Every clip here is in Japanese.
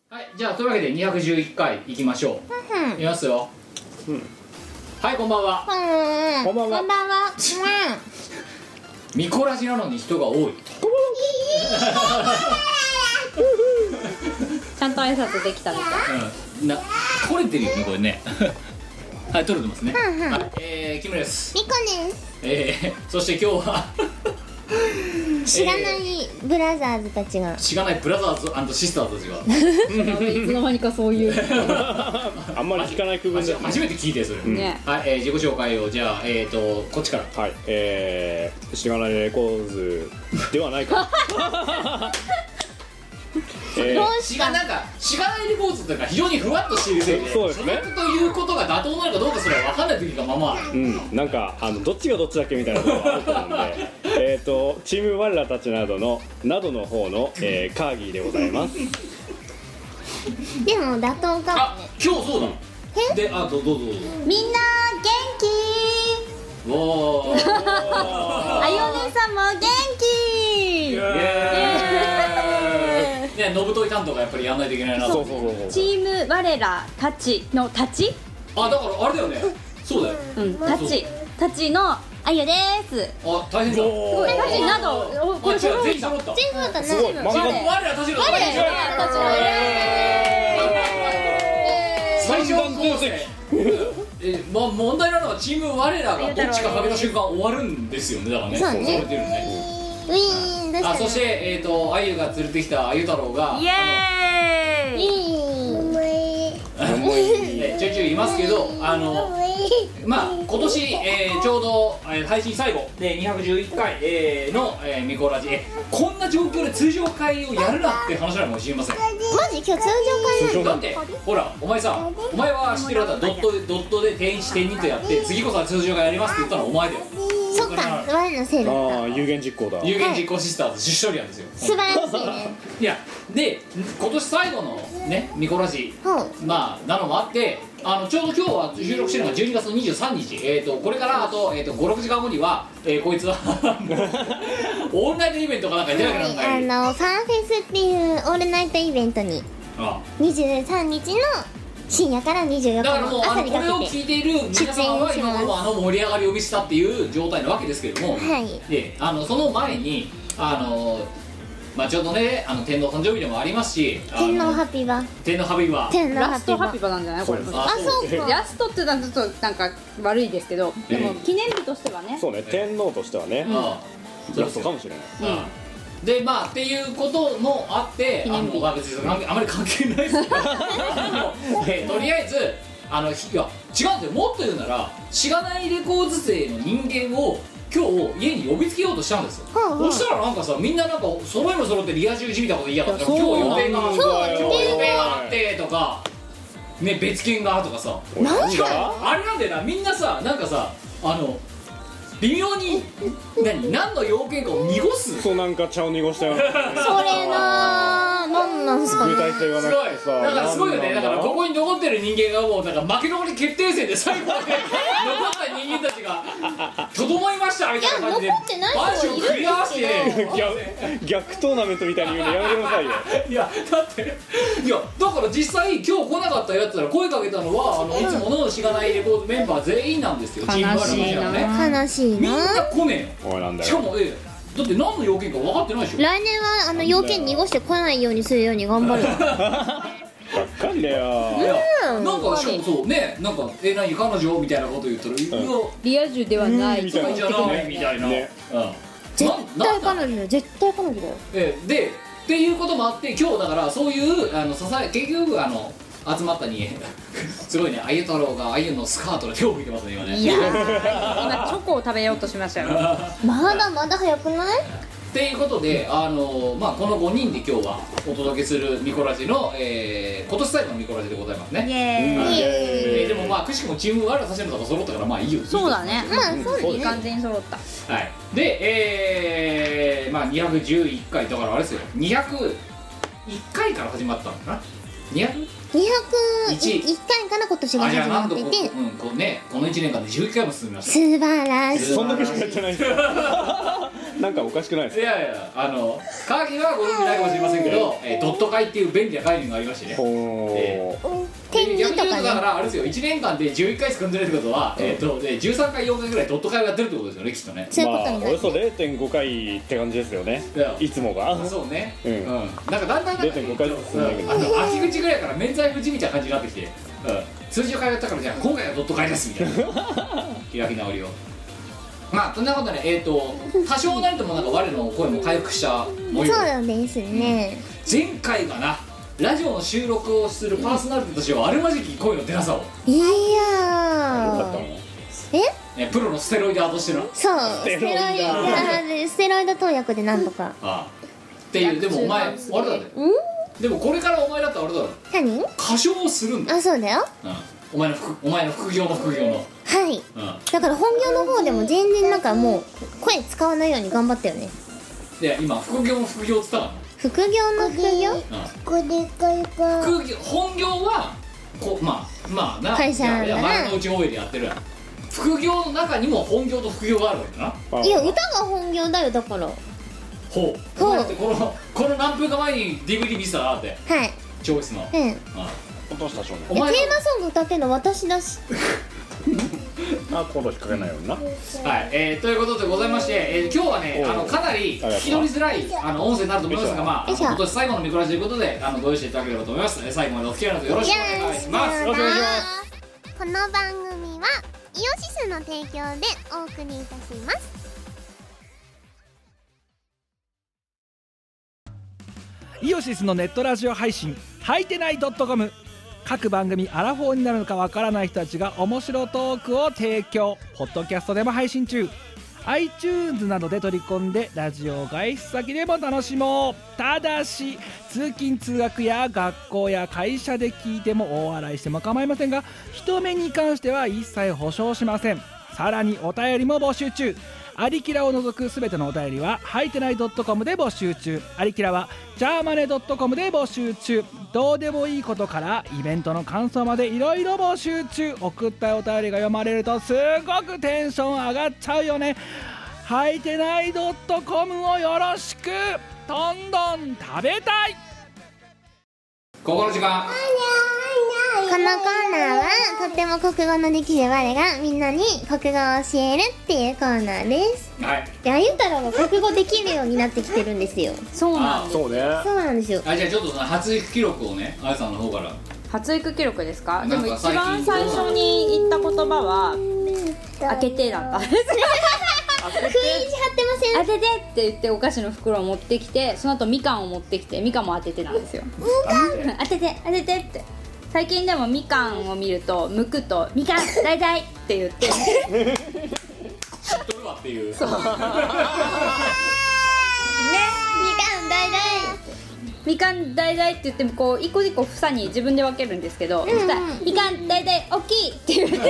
はい、じゃあというわけで211回いきましょう。いきますよ。はい、こんばんは。 こんばんは。 ミコラジなのに人が多い。 ちゃんと挨拶できたみたい。 取れてるよねこれね。はい、取れてますね。はい、キムです。 ミコです。 そして今日は知らないブラザーズたちが、 知らないブラザーズ&シスターズたちがいつの間にかそういうあんまり聞かない区分で初めて聞いてそれ、 ね。 はい、自己紹介をじゃあこっちから。 はい、しがないレコーズではないかどうしなんかしがないレコーズというか非常にふわっとしているせいで、 そうですね所属ということが妥当なのかどうかそれは分かんない時がままある。 なんかどっちがどっちだっけみたいなところがあると思うんでチーム我らたちなどの方の、カーギーでございます。 でも妥当かあもね。、 今日そうだで、どうぞ。 みんな元おー気。あよねさんも元気。 イエーイね、のぶとい担当がやっぱりやんないといけないなと。 そうチーム我らたちのたちあ、だからあれだよね。そうだよ。 たちのあゆです。 あ、大変だ。 たちなどこれ違う、全員揃った。 全部だったね。 すごい我らたちの我らたちの最初の構成。問題なのはチーム我らがどっちかかけた瞬間終わるんですよね。だからね。 そうねれてるね。 ウィーンどうしたの。 そしてあゆが連れてきたあゆ太郎がイエーイ。 ちょいちょいいますけど、まあ今年、ちょうど、配信最後で211回、の、ミコラジ、こんな状況で通常会をやるなって話なのかもしれません。 マジ今日通常会なの。 だってほらお前は知ってるはずだ。ドットで定1点2とやって次こそは通常会やりますって言ったのはお前だよ。 そっか、我のせいだった。 有言実行だ。 有言実行シスターズ自主処理なんですよ。 素晴らしいね。 いやで今年最後のねミコラジまあなのもあってちょうど今日は収録してるのが12月の23日、これからあと、56時間後には、こいつはオンラインイベントかなんかやってなきゃなんない。 ファンフェスっていうオールナイトイベントに23日の深夜から24日だからもうの朝にこれをかけて。 聞いている皆様は今のところ盛り上がりを見せたっていう状態なわけですけれども、 はいでその前にまあちょうどね天皇誕生日でもありますし、 天皇ハピバ。 天皇ハビは天皇ラハピバストハピ。バなんじゃないこれ。 あ、そうか。 ラストってのはちょっとなんか悪いですけど、でも記念日としてはね。 そうね、天皇としてはね、ラストかもしれない。 でまあっていうこともあって別にあまり関係ないですけどとりあえずいや違うんですよ。もっと言うならしがないレコーズ勢の人間を今日家に呼びつけようとしたんですよ。そしたらなんかさ、みんななんか揃いも揃ってリア充じみたいなこと言いやがった。今日予定がそうあってとかね、別件がとかさ、 何があれなんだよな。みんなさなんかさ微妙に何の要件かを濁す。 そう、なんか茶を濁したようなそれなー、なんなんすかね。 具体性がすごいなくてさ、 だからすごいよね。だからここにに残ってる人間がもうなんか負け残り決定戦で最後まで残った人間たちがとどまりましたみたいな感じでいや残ってない人バージョンクリアして逆トーナメントみたいに言うのやめてくださいよ。 いやだっていやだから実際今日来なかったやつら声かけたのはいつものしがないレコードメンバー全員なんですよ。チームワールドのね悲しいみんなな。 来ねえおい、なんよ。 だよ。 しかもだって何の要件か分かってないでしょ。 来年は要件濁して来ないようにするように頑張るわ。 ばっかりだよ。 いやなんかしかもそうね、なんか何彼女みたいなこと言ったらリア充ではないみたいなじゃないみたいな、 ね絶対彼女だよ、絶対彼女だよ。 でっていうこともあって今日だからそういう結局集まったにすごいね、あゆ太郎があゆのスカートで手を拭いてますね今ね。 いやー今チョコを食べようとしましたよ。 まだまだ早くない？ っていうことでまあこの5人で今日はお届けするミコラジの、今年最後のミコラジでございますね。 イエーイ。 でもまあくしくもチーム我らさせるのが揃ったからまあいいよ。 そうだね。 まあそうね。 完全に揃った。 はいでまあ211回だからあれですよ、201回から始まったのかな。 200 201回から今年が始まってて、 この1年間で11回も進みました。 素晴らしい。 そんだけしかやってないんですかなんかおかしくないですか。 いやいや、カーギーはご存じないかもしれませんけど、ドット会っていう便利な概念がありましてね。 天気とかね。 だからあれですよ、1年間で11回しか組んでないってことは、13回4回ぐらいドット会をやってるってことですよね、きっとね。 そういうことになる。 およそ 0.5 回って感じですよね、いつもが。 そうね。 なんかだんだん 0.5回ずつ進んでるけど、 秋口ぐらいから免罪符じみたいな感じになってきて、通常会やったからじゃあ今回はドット会ですみたいな開き直りを。まあそんなことね、多少なりともなんか我の声も回復した模様。 そうですね。 前回がな、ラジオの収録をするパーソナリティとしてはあるまじき声の出なさを。 いやー。プロのステロイダーとしての。 そう。ステロイド投薬でなんとか。 っていう、でもお前あれだね。でもこれからお前だったらあれだろ。 何？ 歌唱をするんだ。 あ、そうだよ。 お前の副業の。 はい。だから本業の方でも全然なんかもう声使わないように頑張ったよね。 で今副業っつったから。 副業の副業？ 本業はまあな会社なんだな。 前のうち OL でやってる。副業の中にも本業と副業があるわけだな。 いや、歌が本業だよ、だから。 ほう。だってこの何分か前に DVD 見せたらって。 はい。 チョイスの。 私たちもテーマソング歌ってんの私だし。 コード引っ掛けないようにな。 はい、ということでございまして、今日はねかなり聞き取りづらい音声になると思いますが、まあ今年最後のミコラジということでご用意していただければと思います。最後までお付き合いのほどよろしくお願いします。 よろしくお願いします。この番組はイオシスの提供でお送りいたします。 イオシスのネットラジオ配信はいてない .com、 各番組アラフォーになるのかわからない人たちが面白トークを提供、ポッドキャストでも配信中、 iTunes などで取り込んでラジオ外出先でも楽しもう。ただし通勤通学や学校や会社で聞いても大笑いしても構いませんが、人目に関しては一切保証しません。さらにお便りも募集中。アリキラを除くすべてのお便りははいてない .com で募集中。アリキラはジャーマネ .com で募集中。どうでもいいことからイベントの感想までいろいろ募集中。送ったお便りが読まれるとすごくテンション上がっちゃうよね。はいてない .com をよろしく。どんどん食べたい。 ここの時間。 このコーナーはとっても国語のできる我がみんなに国語を教えるっていうコーナーです。 はい。 あゆ太郎も国語できるようになってきてるんですよ。 そうなんです。 そうね。 そうなんですよ。 じゃあちょっとその発育記録をね、あやさんの方から。 発育記録ですか？でも一なんか最近番最初に言った言葉は開けてだったんですよ。 食い意地張ってません？ 当ててって言ってお菓子の袋を持ってきて、その後みかんを持ってきて、みかんも当ててなんですよ。当ててって最近でもみかんを見ると剥くとみかん大々って言って知っとるわっていう。 そうね、 みかん大々 みかん大々って言ってこう一個一個房に自分で分けるんですけど、そしたらみかん大々大きいって言って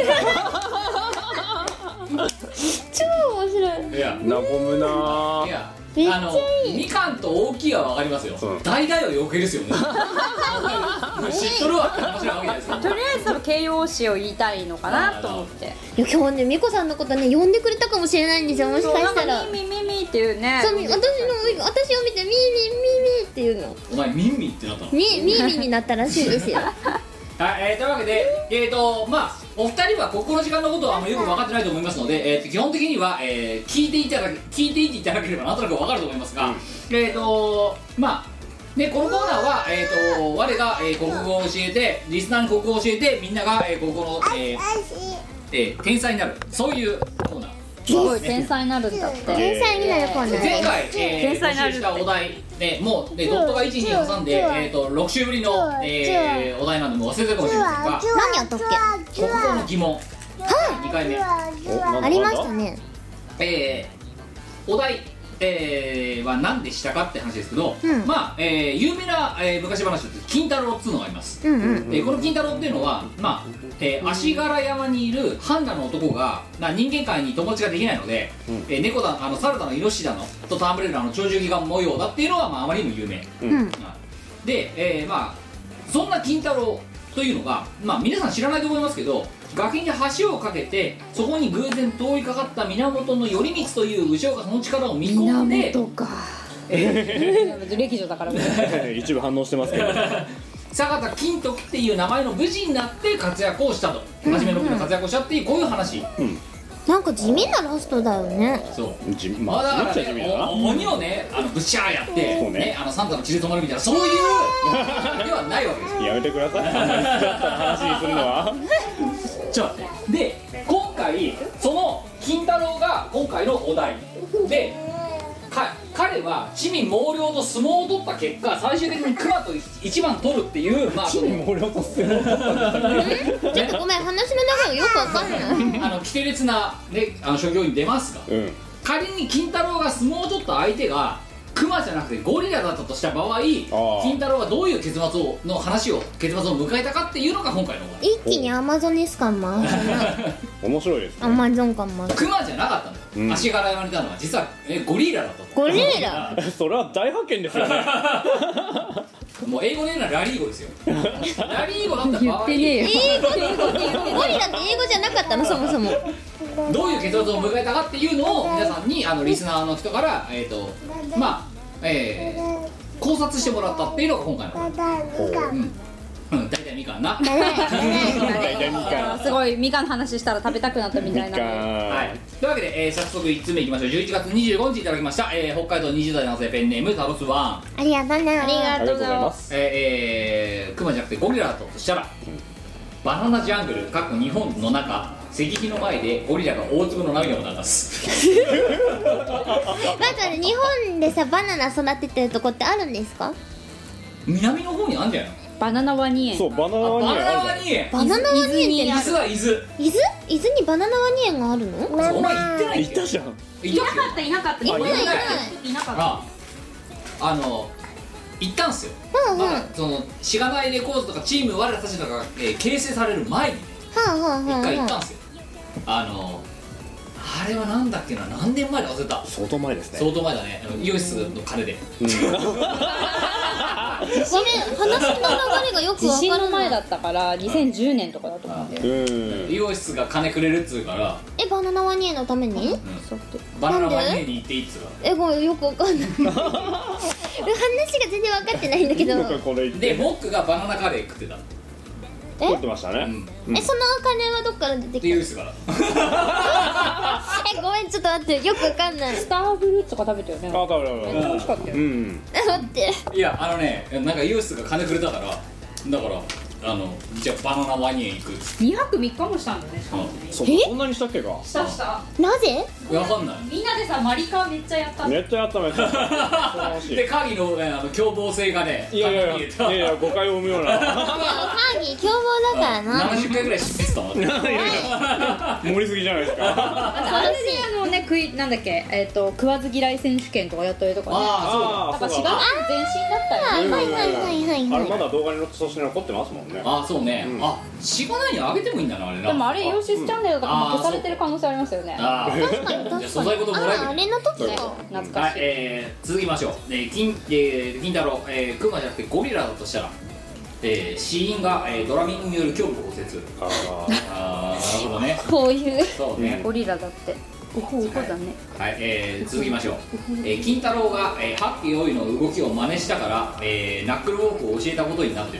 超面白い。 いや、 なごむな。 いや、 めっちゃいい。 みかんと大きいはわかりますよ。大々は余計ですよね。知っとるわって話なわけですよ。 とりあえず多分形容詞を言いたいのかなと思って。 いや今日ねみこさんのことね呼んでくれたかもしれないんですよ。もしかしたら。 ミミっていうね。 そう、私を見てミミっていうの。 お前ミンミってなったの？ ミになったらしいですよ。 はい、というわけで、まあお二人はここの時間のことはあんまよく分かってないと思いますので、基本的には、聞いていっていただければなんとなく分かると思いますが、まあね、このコーナーは、我が、国語を教えて、リスナーに国語を教えて、みんなが、国語の、天才になる、そういうコーナー。 すごい天才になるんだって。 天才になるコーナー。 前回、 天才になる募集したお題、もう、ドットが1、2挟んで、6週ぶりの、お題なんでもう忘れてるかもしれませんが、 何やったっけ？ 国語の疑問、2回目。 ありましたね。 お題、は何でしたかって話ですけど、まあ、有名な、昔話で金太郎っつうのがあります。この金太郎っていうのは、まあ、足柄山にいる半裸の男が人間界に友達ができないので、猫だ猿だのイノシシだのと戯れる鳥獣戯画模様だっていうのが、まあ、あまりにも有名。で、まあそんな金太郎というのが、まあ皆さん知らないと思いますけど、崖に橋を架けてそこに偶然通りかかった源頼光という武将がその力を見込んで、 源か歴女だからね一部反応してますけど坂田金時っていう名前の武士になって活躍をしたと、初めの部の活躍をしたっていうこういう話、 なんか地味なラストだよね。 そうまあだから地味っちゃ地味だな。 鬼をねぶっしゃーやって、 そうねサンタの血で止まるみたいなそういうではないわけですよ。 やめてください話にするのはちょっと待って、で今回その金太郎が今回のお題で、彼は市民猛量と相撲を取った結果最終的に熊と一番取るっていう、まあ、 地に毛量と相撲を取ったんだったっちょっとごめん、話の中がよくわかんない。 規定列な、ね、諸行に出ますが、 け仮に金太郎が相撲を取った相手が熊じゃなくてゴリラだったとした場合、金太郎はどういう結末を迎えたかっていうのが今回のお題。 一気にアマゾネス感もあるな。 面白いですアね。 マゾン感もある。 熊じゃなかったのよ、足柄山にいたのは実はゴリラだったと。 ゴリラそれは大発見ですよねもう英語で言うのはラリー語ですよラリー語だった場合言ってねえよ英語ってゴリラって英語じゃなかったの、そもそも。 どういう結末を迎えたかっていうのを皆さんにリスナーの人からまあ考察してもらったっていうのが今回の大体みかんな大体みかんすごいみかんの話したら食べたくなったみたいなはい、というわけで、早速1つ目いきましょう。11月25日いただきました、北海道20代男性ペンネームタロスワン。 ありがとうね。 ありがありがとうございとうございまますす。 クマじゃなくてゴリラだとしたら、バナナジャングル日本の中石碑の前でゴリラが大粒の涙を流す待って、日本でさバナナ育ててるとこってあるんですか？ 南の方にあるんじゃないの？ バナナワニ園そうバナナワニバナナあるワニ園バナナワニ園って伊豆は伊豆伊豆にバナナワニ園があるの？ お前行ってないじゃん。いたじゃん。 いたっけ？ いなかったいないいないいなかった行ったんすよ、 うんうん。 まだそのしがないレコードとかチーム我らたちとかが、形成される前にねはあはあはあ一回行ったはんすよ。あれはなんだっけな、何年前で忘れた。 相当前ですね。 相当前だね、イオシスの金であ。ごめん、話の流れがよく地震わからない。 の前だったから2010年とかだと思うんだよイオシスが金くれるっつうから、 バナナワニ園のために？ バナナワニ園に行っていいっつうかごめん、よくわかんない。話が全然わかってないんだけど。 よくこれ言っらでてモックがバナナカレー食ってた。 撮ってましたね。 そのお金はどっから出てでイオきシスからた？ごめん、ちょっと待って、よくわかんない。 スターフルーツとか食べたよねあ、食べた美味しかったよ待って。 いやなんかイオシスが金くれたから、だからじゃあバナナワニ園行くっつって 2泊3日もしたんだねしかもそうそんなにしたっけか。 したなぜ？ わかんない。 みんなでさマリカめっちゃやっためっちゃやっためっちゃやった。楽しい。 でカギの凶暴性がね、 いやいやいやいや誤解を生むような。 カーギー凶暴だからな。 70回ぐらい知ってたもんね盛りすぎじゃないですか。 あれでなんだっけ食わず嫌い選手権とかやったりとかねあなんかしがない前身だったよねはいはいはいはいはい。 あれまだ動画にそして残ってますもんね。 あそうね、しがないにあげてもいいんだな、あれな。 でもあれイオシスチャンネルとかも消されてる可能性ありますよねあー確かに確かに。 じゃあ素材ごともらえるあれの時か。 はい懐かしい、 続きましょう。金太郎、クマじゃなくてゴリラだとしたら、死因が、ドラミングによる胸部骨折。 あなるほどね。 こういう。 そうね。 ゴリラだっておほだねはい、続きましょう。金太郎が、ハッキーオイの動きを真似したから、ナックルウォークを教えたことになってる。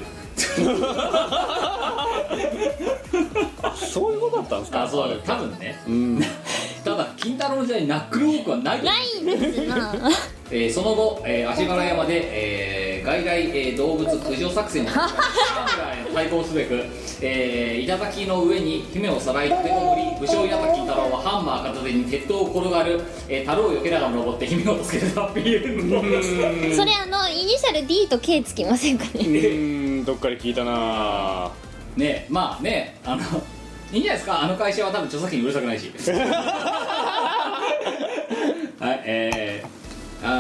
あ、そういうことだったんですか。 あ、そうだ、多分ね。 うん。 ただ金太郎の時代にナックルウォークはないと思う。 ないんですな。 その後、足柄山で、外来、動物駆除作戦を対抗すべく、頂の上に姫をさらい立てこもり、武将稲田金太郎はハンマー片手に鉄塔を転がる、樽を避けながら登って姫を助けるハッピーエンド。 それイニシャル D と K つきませんかね？ どっかで聞いたな。 ね、まあね、いいんじゃないですか。あの会社は多分著作権うるさくないし。はい、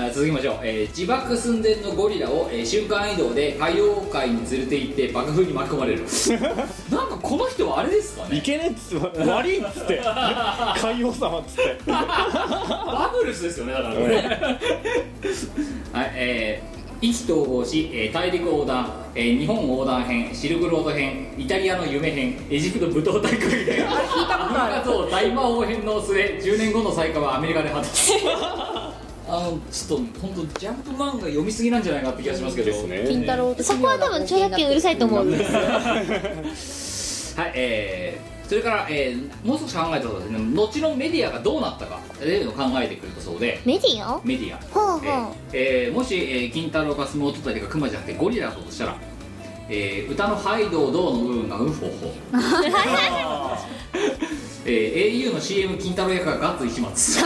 続きましょう。自爆寸前のゴリラを、瞬間移動で海洋界に連れて行って爆風に巻き込まれる。なんかこの人はあれですかね。 いけねえっつって悪いっつって海王様っつってバブルスですよね、だからこれ。はい、 意気投合し、大陸横断、日本横断編、シルクロード編、イタリアの夢編、エジプト武闘大会編、アフリカと大魔王編の末、10年後の再開はアメリカで果たす。ちょっと本当ジャンプ漫画読みすぎなんじゃないかって気がしますけど。 ですね。 金太郎とそこは多分超百景うるさいと思うんですはい、それから、もう少し考えたとですね、後のメディアがどうなったかというのを考えてくるとそうで、 メディアメディア、 ほうほうもし、金太郎が相撲を取ったりがクマじゃなくてゴリラだとしたら、歌のハイドードーの部分がウンフォホau の CM 金太郎役がガッツ石松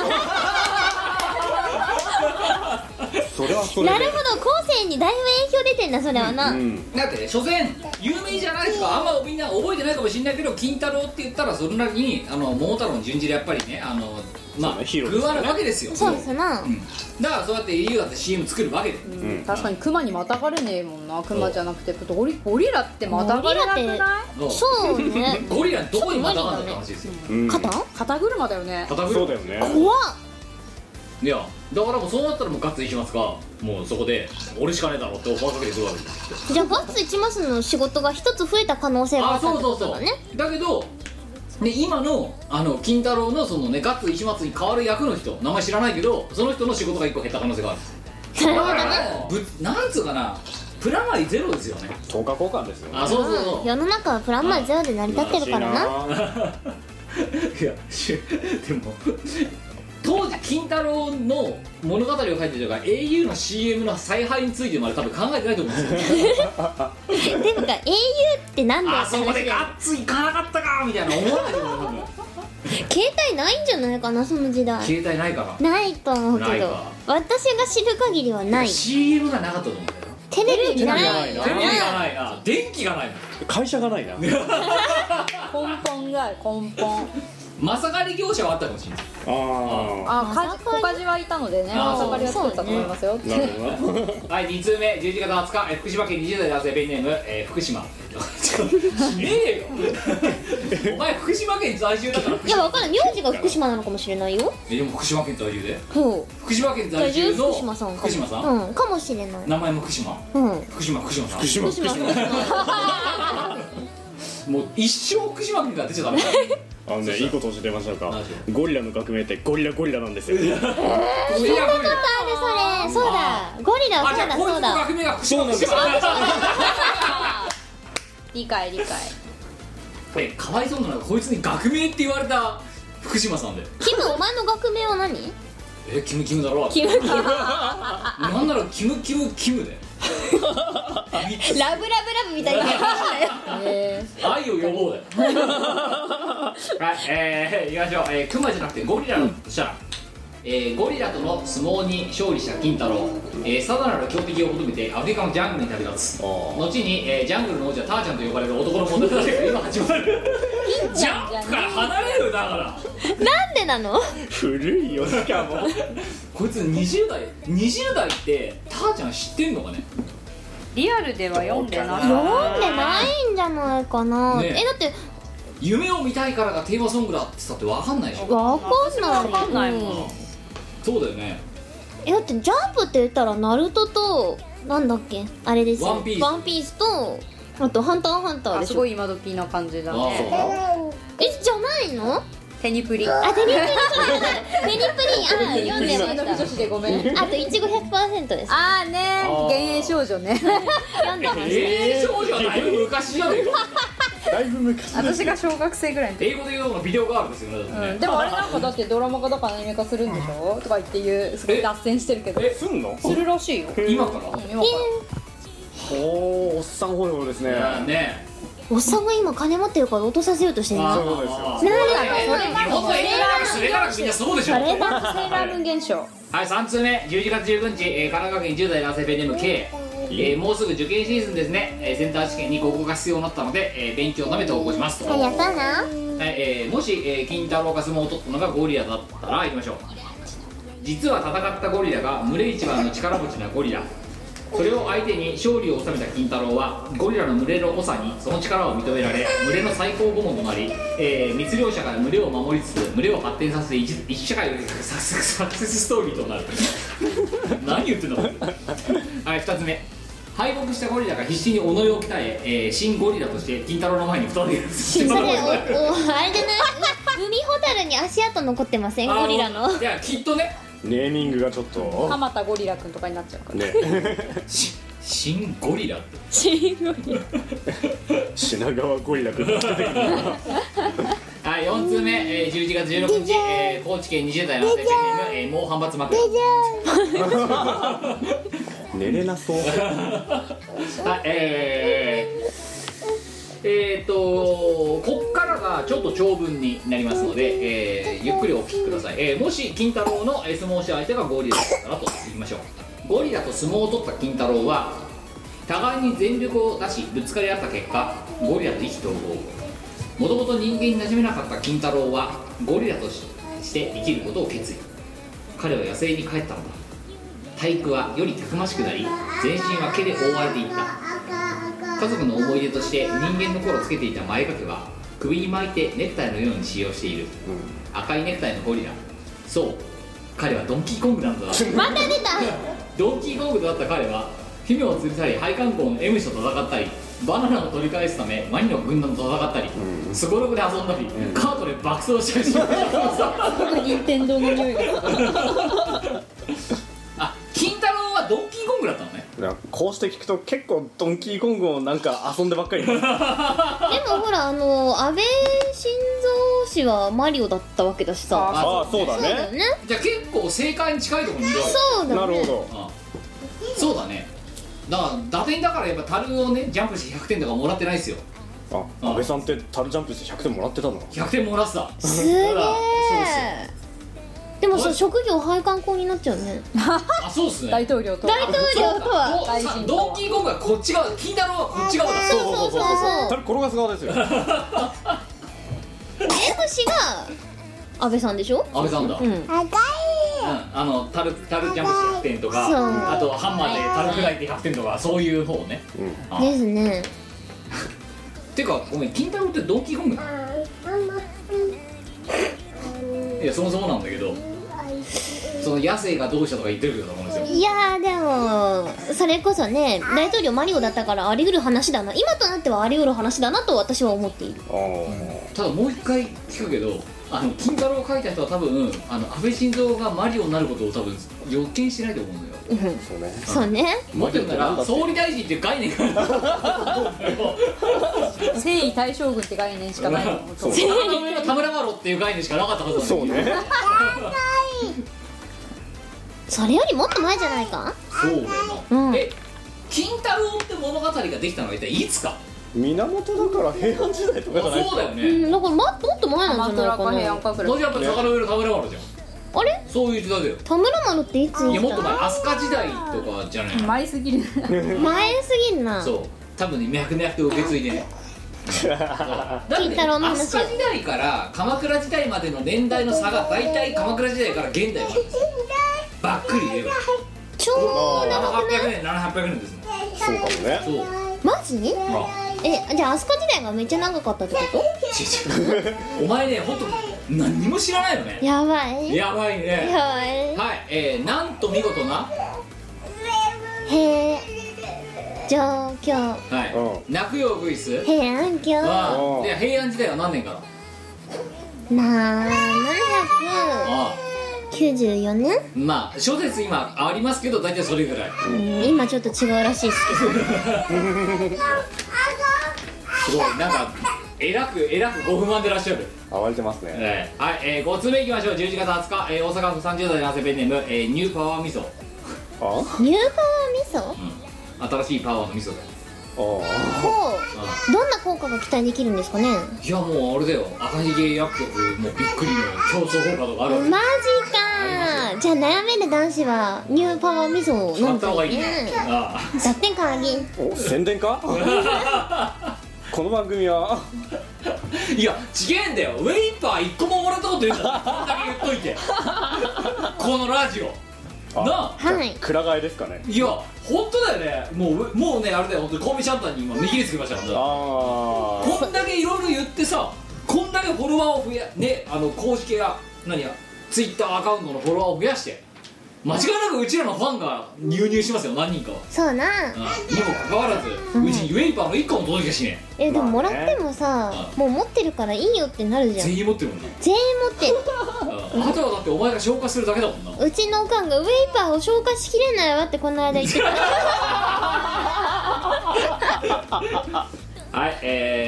それはそれで。 なるほど、後世にだいぶ影響出てんだそれはな、 だって所詮有名じゃないですか。あんまみんな覚えてないかもしれないけど、金太郎って言ったらそれなりに桃太郎の順次でやっぱりね、まあそうねヒーローですね加わるわけですよ。 そうですな、 だからそうやって au だって CM 作るわけで、 確かにクマにまたがれねえもんな。クマじゃなくてゴリラってまたがれなくない？ そうねゴリラどこにまたがんだって話ですよ。 肩肩車だよね。 肩車そうだよね。 怖っ。 いやだからもうそうなったらもうガッツ石松がもうそこで俺しかねえだろってオファーかけてくるわけですよ。 じゃあガッツ一マスの仕事が一つ増えた可能性がああ、 ったってそうそうそうことだね。 だけどで今の金太郎のそのねガッツ石松に代わる役の人、名前知らないけどその人の仕事が一個減った可能性がある。だからなんつうかな、プラマイゼロですよね。 10日交換ですよね。 あ、そうそうそう。 世の中はプラマイゼロで成り立ってるからな。 いやでも当時金太郎の物語を書いてる人が au の CM の采配についてまで多分考えてないと思うんですよ。 でもか au ってなんだよあって話でそこでガッツいかなかったかみたいな思わないと思う。多分携帯ないんじゃないかなその時代。 携帯ないからないと思うけどないか私が知る限りはない。 CM がなかったと思うんだよ。 テレビないテレビがテレビがないな、電気がないもん。 会社がないな。 根本が根本。 まさかり業者はあったかもしれない。 小梶はいたのでね、 あまさかりは作ったと思いますよ。 なるほどな。 はい、2通目11月20日、福島県20代男性ペンネーム、福島。ねえよお前福島県在住だから。 いやわかんない、名字が福島なのかもしれないよ。 でも福島県在住でそう福島県在住の福島さんかも。 福島さん、 かもしれない。 名前も福島、 うん福島さん、 福島福島もう一生福島県から出ちゃダメだよ。 いいこと教えてましたか何でしょ。 ゴリラの革命ってゴリラなんですよ。 いやあるそれ、そうだゴリラ、 あ、じゃあこいつのそうだ革命が福島県。 理解かわいそうなのがこいつに革命って言われた福島さんで、 キム、お前の学名は何？ キムキムだろう。 キムキムなんならキムキムキムでラブみたいな愛を呼ぼうではい、行きましょう。クマじゃなくてゴリラだとしたら、ゴリラとの相撲に勝利した金太郎、さらなる強敵を求めてアフリカのジャングルに旅立つ。後に、ジャングルの王者ターちゃんと呼ばれる男の物語が今始まる。ジャンプから離れるだからなんでなの？ 古いよしかも。 こいつ20代ってターちゃん知ってんのかね。 リアルでは読んでない。 読んでないんじゃないかな、 ねえだって夢を見たいからがテーマソングだって言ったって分かんないでしょ。 わかんないもんそうだよね。 だってジャンプって言ったらナルトとなんだっけあれですよ、 ワンピースとあとハンターハンターでしょ。 すごい今時な感じだあね。 じゃないの？ テニプリ。 テニプリ読んでま女子しでごめん。 た。あといちご 100% です。 あーね、幻影少女ね。 読んでまし少女はだいぶ昔じゃねえか。 だいぶ昔。 私が小学生ぐらいの時。 英語で言うのがビデオガールですよね。だってねでもあれなんかだってドラマ化だからアニメ化するんでしょとか言っていうすごい脱線してるけどすんの？ するらしいよ。 今から今からおおっさんホイホイですね。 ねた。おっさんが今金持ってるから落とさせようとしてるな。 そうですよ。 それ日本の映画すれからみんなそうでしょ。 それだ。 セーラームーン現象。 はい、3通目11月19日、神奈川県10代男性ペンネーム K、もうすぐ受験シーズンですね。センター試験に合格が必要になったので、勉強のため投稿しますと。 やったな。 もし、金太郎が相撲を取ったのがゴリラだったらいきましょう。実は戦ったゴリラが群れ一番の力持ちなゴリラ。それを相手に勝利を収めた金太郎はゴリラの群れの長にその力を認められ群れの最高顧問となり、密猟者から群れを守りつつ群れを発展させて一社会のサクセスストーリーとなる何言ってんだはい、2つ目。敗北したゴリラが必死に己を鍛え、新ゴリラとして金太郎の前に太りそれあれじゃない海ホタルに足跡残ってませんゴリラの。 いやきっとね、 ネーミングがちょっと浜田ゴリラくんとかになっちゃうからね新ゴリラって新ゴリラ品川ゴリラくんが出てくるはい、4通目、11月16日、高知県20代の男性ペンネーム、猛反発枕。 寝れなそうはい、こっからがちょっと長文になりますので、ゆっくりお聞きください。もし金太郎の相撲し相手がゴリラだったらといきましょう。ゴリラと相撲を取った金太郎は互いに全力を出しぶつかり合った結果、ゴリラと意気投合。もともと人間に馴染めなかった金太郎はゴリラとして生きることを決意。彼は野生に帰ったのだ。体育はよりたくましくなり、全身は毛で覆われていった。家族の思い出として人間の頃つけていた前掛けは首に巻いてネクタイのように使用している、赤いネクタイのゴリラ。そう、彼はドンキーコングなんだ。 また出た。 ドンキーコングとなった彼は姫を連れたり廃観光の M 氏と戦ったり、バナナを取り返すためワニの軍団と戦ったり、スゴロクで遊んだり、カートで爆走したりして任天堂の匂いがあ、金太郎はドンキーコングだったのね。 こうして聞くと結構ドンキーコングをなんか遊んでばっかりでもほら安倍晋三氏はマリオだったわけだしさ。 ああそうだそうだよねね。 じゃあ結構正解に近いところにいるわけ。 そうだね。 なるほどあそうだね。だから打点だからやっぱ樽をねジャンプして100点とかもらってないですよ。 あ、安倍さんってタルジャンプして100点もらってたの 100点もらってた。 すげえ。でもさおい職業配管工になっちゃうね。 あ、そうっすね。 大統領と大統領とは。 大臣とはドンキーコングはこっち側、金太郎はこっち側だ。 そうそうそうそう。 タル転がす側ですよ M 氏が安倍さんでしょ。 安倍さんだ。 うん。 樽ジャンプして100点とか、 そうあとハンマーで樽砕いて100点とか、そういう方ね。あですね。 てかごめん、金太郎ってドンキーコングなの？いやそもそもなんだけど、その野生がどうしたとか言ってるけどと思うんですよ。 いやーでもそれこそね大統領マリオだったからあり得る話だな、今となってはあり得る話だなと私は思っている。 ただもう一回聞くけど、金太郎を描いた人は多分安倍晋三がマリオになることを多分予見してないと思うのよ。 そうねそうね。 もっと言うなら総理大臣っていう概念が征夷大将軍って概念しかないと思う。 そうあの上の田村麻呂っていう概念しかなかったはずなんだよ。 そうねそれよりもっと前じゃないか。 そうだようんな。金太郎って物語ができたのは一体いつか。 源だから平安時代とかじゃないですか。 そうだよね。 うん、だからもっと前なんじゃないか鎌倉か平安な。 かぐらい。 当時やっぱ坂の上の田村麻呂じゃん。 あれそういう時代だよ。 田村麻呂っていついやもっと前、 生きたの？ 飛鳥時代とかじゃないの。 前すぎる。 前すぎんな。 そう、多分ね脈々と受け継いでね。だって金太郎の話飛鳥時代から鎌倉時代までの年代の差が大体鎌倉時代から現代までですよ。ばっくり言えば超長くない？ 700年700年ですもん。 そうかもね。 そう。 マジ？ ほらじゃあ飛鳥時代がめっちゃ長かったってこお前ね、ほんと何にも知らないのねと？。やばい。 やばいね。 やばい。 はい、なんと見事な、 へえ。状況。 はい、泣くよウグイス平安京。 は、で平安時代は何年から？ 794年？ まあ諸説今ありますけど大体それぐらい。 今ちょっと違うらしいですけど。 すごいなんかえらくご不満でいらっしゃる。 暴れてますね。 はい、5つ目いきましょう。11月20日、大阪府30代男性ペンネーム、ニューパワー味噌。 あニューパワー味噌？ 新しいパワーの味噌だよ。 ほう。どんな効果が期待できるんですかね？ いやもうあれだよ、赤ひげ薬局もうびっくりの競争効果とかあるわけ。 マジかー。じゃあ悩める男子はニューパワー味噌を飲んだ使った方がいいね。 ね。 あだって鍵。 お宣伝かこの番組はいや違えんだよ、ウェイパー1個ももらったこと言うんだよ。こんだけ言っといてこのラジオなあ。 はい。 くら替えですかね。 いや本当だよね。もうねあれだよ、本当にコンビシャンタンに今見切りつけましたから。 あこんだけいろいろ言ってさ、こんだけフォロワーを増やね、公式やツイッターアカウントのフォロワーを増やして間違いなくうちらのファンが入入しますよ、何人かは。 そうな。 にもかかわらず、うちにウェイパーの1個も届きゃしねでももらってもさ、もう持ってるからいいよってなるじえ。 ゃん。 全員持ってるもんな。 全員持ってる。 あとはだってお前が消化するだけだもんな。 うちのおかんがウェイパーを消化しきれないわってこの間言ってた。 はい、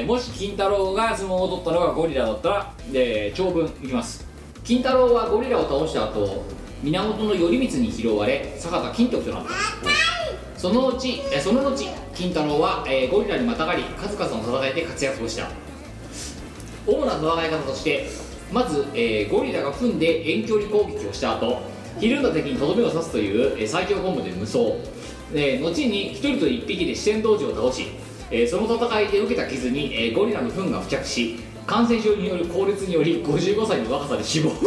もし金太郎が相撲を取ったのがゴリラだったら、長文いきます。金太郎はゴリラを倒した後、源頼光に拾われ坂田金時となった。その後金太郎は、ゴリラにまたがり数々の戦いで活躍をした。主な戦い方として、まず、ゴリラが組んで遠距離攻撃をした後、ひるんだ敵にとどめを刺すという、最強コンボで無双。後に一人と一匹で四天童子を倒し、その戦いで受けた傷に、ゴリラの糞が付着し、感染症による高熱により55歳の若さで死亡。ウ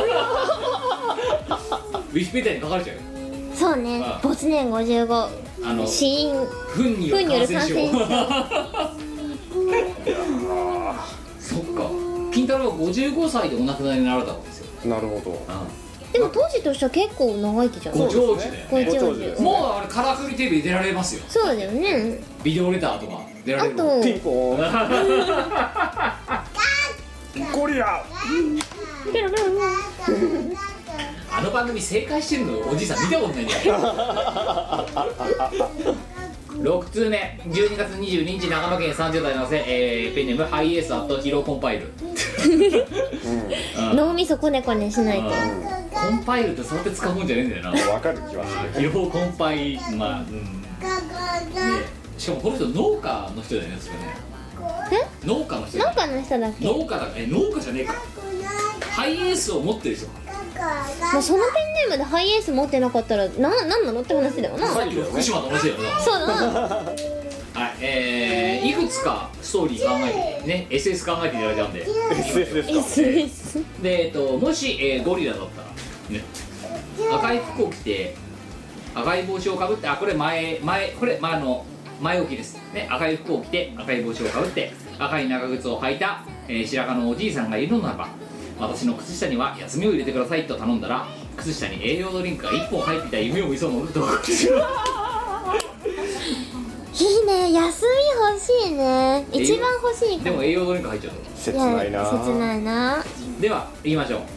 ィキペディアに書かれちゃうよ。 そうね。没年55。死因糞による感染症。 糞によるそっか。金太郎は55歳でお亡くなりになられたわけですよ。 なるほど。 でも当時としては結構長生きじゃん。 ご長寿だよごね。 長寿。 もうあれカラクリテレビで出られますよ。 そうだよね。 ビデオレターとか出られる。 あとピンポーンゴリラあの番組正解してるのおじいさん見たことないんだよ。6通目、12月22日長野県30代の女性、ペンネームハイエースアットヒロコンパイル。 脳みそこねこねしないと。 コンパイルってそうやって使うもんじゃねえんだよな。 わかる気はする。 ヒロコンパイ、まあ、ね、しかもこの人農家の人だよね、それね。農家の人だよね。 農家の人だっけ。 農家だ、農家じゃねえか。ハイエースを持ってる人。 まあそのペンネームでハイエース持ってなかったらなんなのって話だよな。 さっきの福島の話だよね。 そうだな。 はい、いくつかストーリー考えてね、SS 考えていただいたんで、 SS ですか。 SS。 で、もし、ゴリラだったらね、赤い服を着て赤い帽子をかぶって、これ前置きですね。赤い服を着て赤い帽子をかぶって赤い長靴を履いた、白髪のおじいさんがいるのならば、私の靴下には休みを入れてくださいと頼んだら、靴下に栄養ドリンクが1本入っていた夢を見そうなので、どうかしら。 いいね、休み欲しいね。一番欲しいかでも栄養ドリンク入っちゃう切ないな。 切ないな。 と。では言いましょう。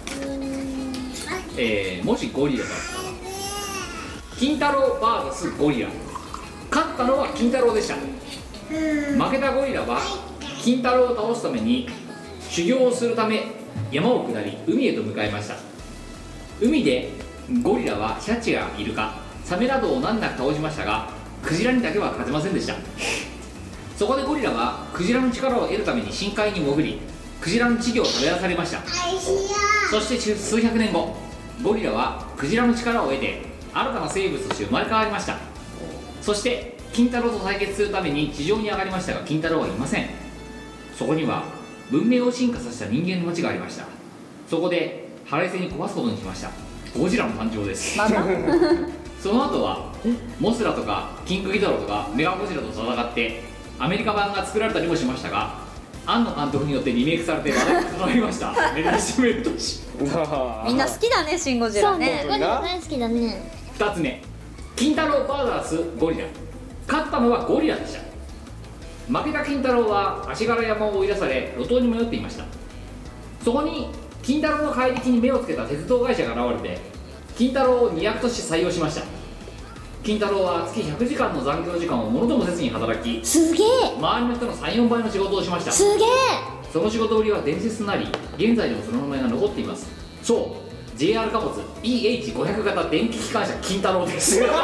もしゴリラだったら、金太郎 VS ゴリラ、勝ったのは金太郎でした。負けたゴリラは金太郎を倒すために修行をするため山を下り海へと向かいました。海でゴリラはシャチやイルカ、サメなどを難なく倒しましたが、クジラにだけは勝てませんでした。そこでゴリラはクジラの力を得るために深海に潜り、クジラの稚魚を食べ出されました。そして数百年後、ゴリラはクジラの力を得て新たな生物として生まれ変わりました。そして金太郎と対決するために地上に上がりましたが、金太郎はいません。そこには文明を進化させた人間の町がありました。そこで腹いせに壊すことにしました。ゴジラの誕生です。その後はモスラとかキングギドラとかメガゴジラと戦ってアメリカ版が作られたりもしましたが、庵野監督によってリメイクされて話題がかかりました。メダシメルトシ。 みんな好きだね、シン・ゴジそう、 ラね。 ゴリラ大好きだね。 2つ目、金太郎 VS ゴリラ、勝ったのはゴリラでした。負けた金太郎は足柄山を追い出され路頭に迷っていました。そこに金太郎の怪力に目をつけた鉄道会社が現れて金太郎を2役として採用しました。金太郎は月100時間の残業時間をものともせずに働き、 すげえ周りの人の 3,4 倍の仕事をしました。 すげえ。 その仕事ぶりは伝説となり、現在でもその名前が残っています。そう、 JR 貨物 EH500 型電気機関車金太郎です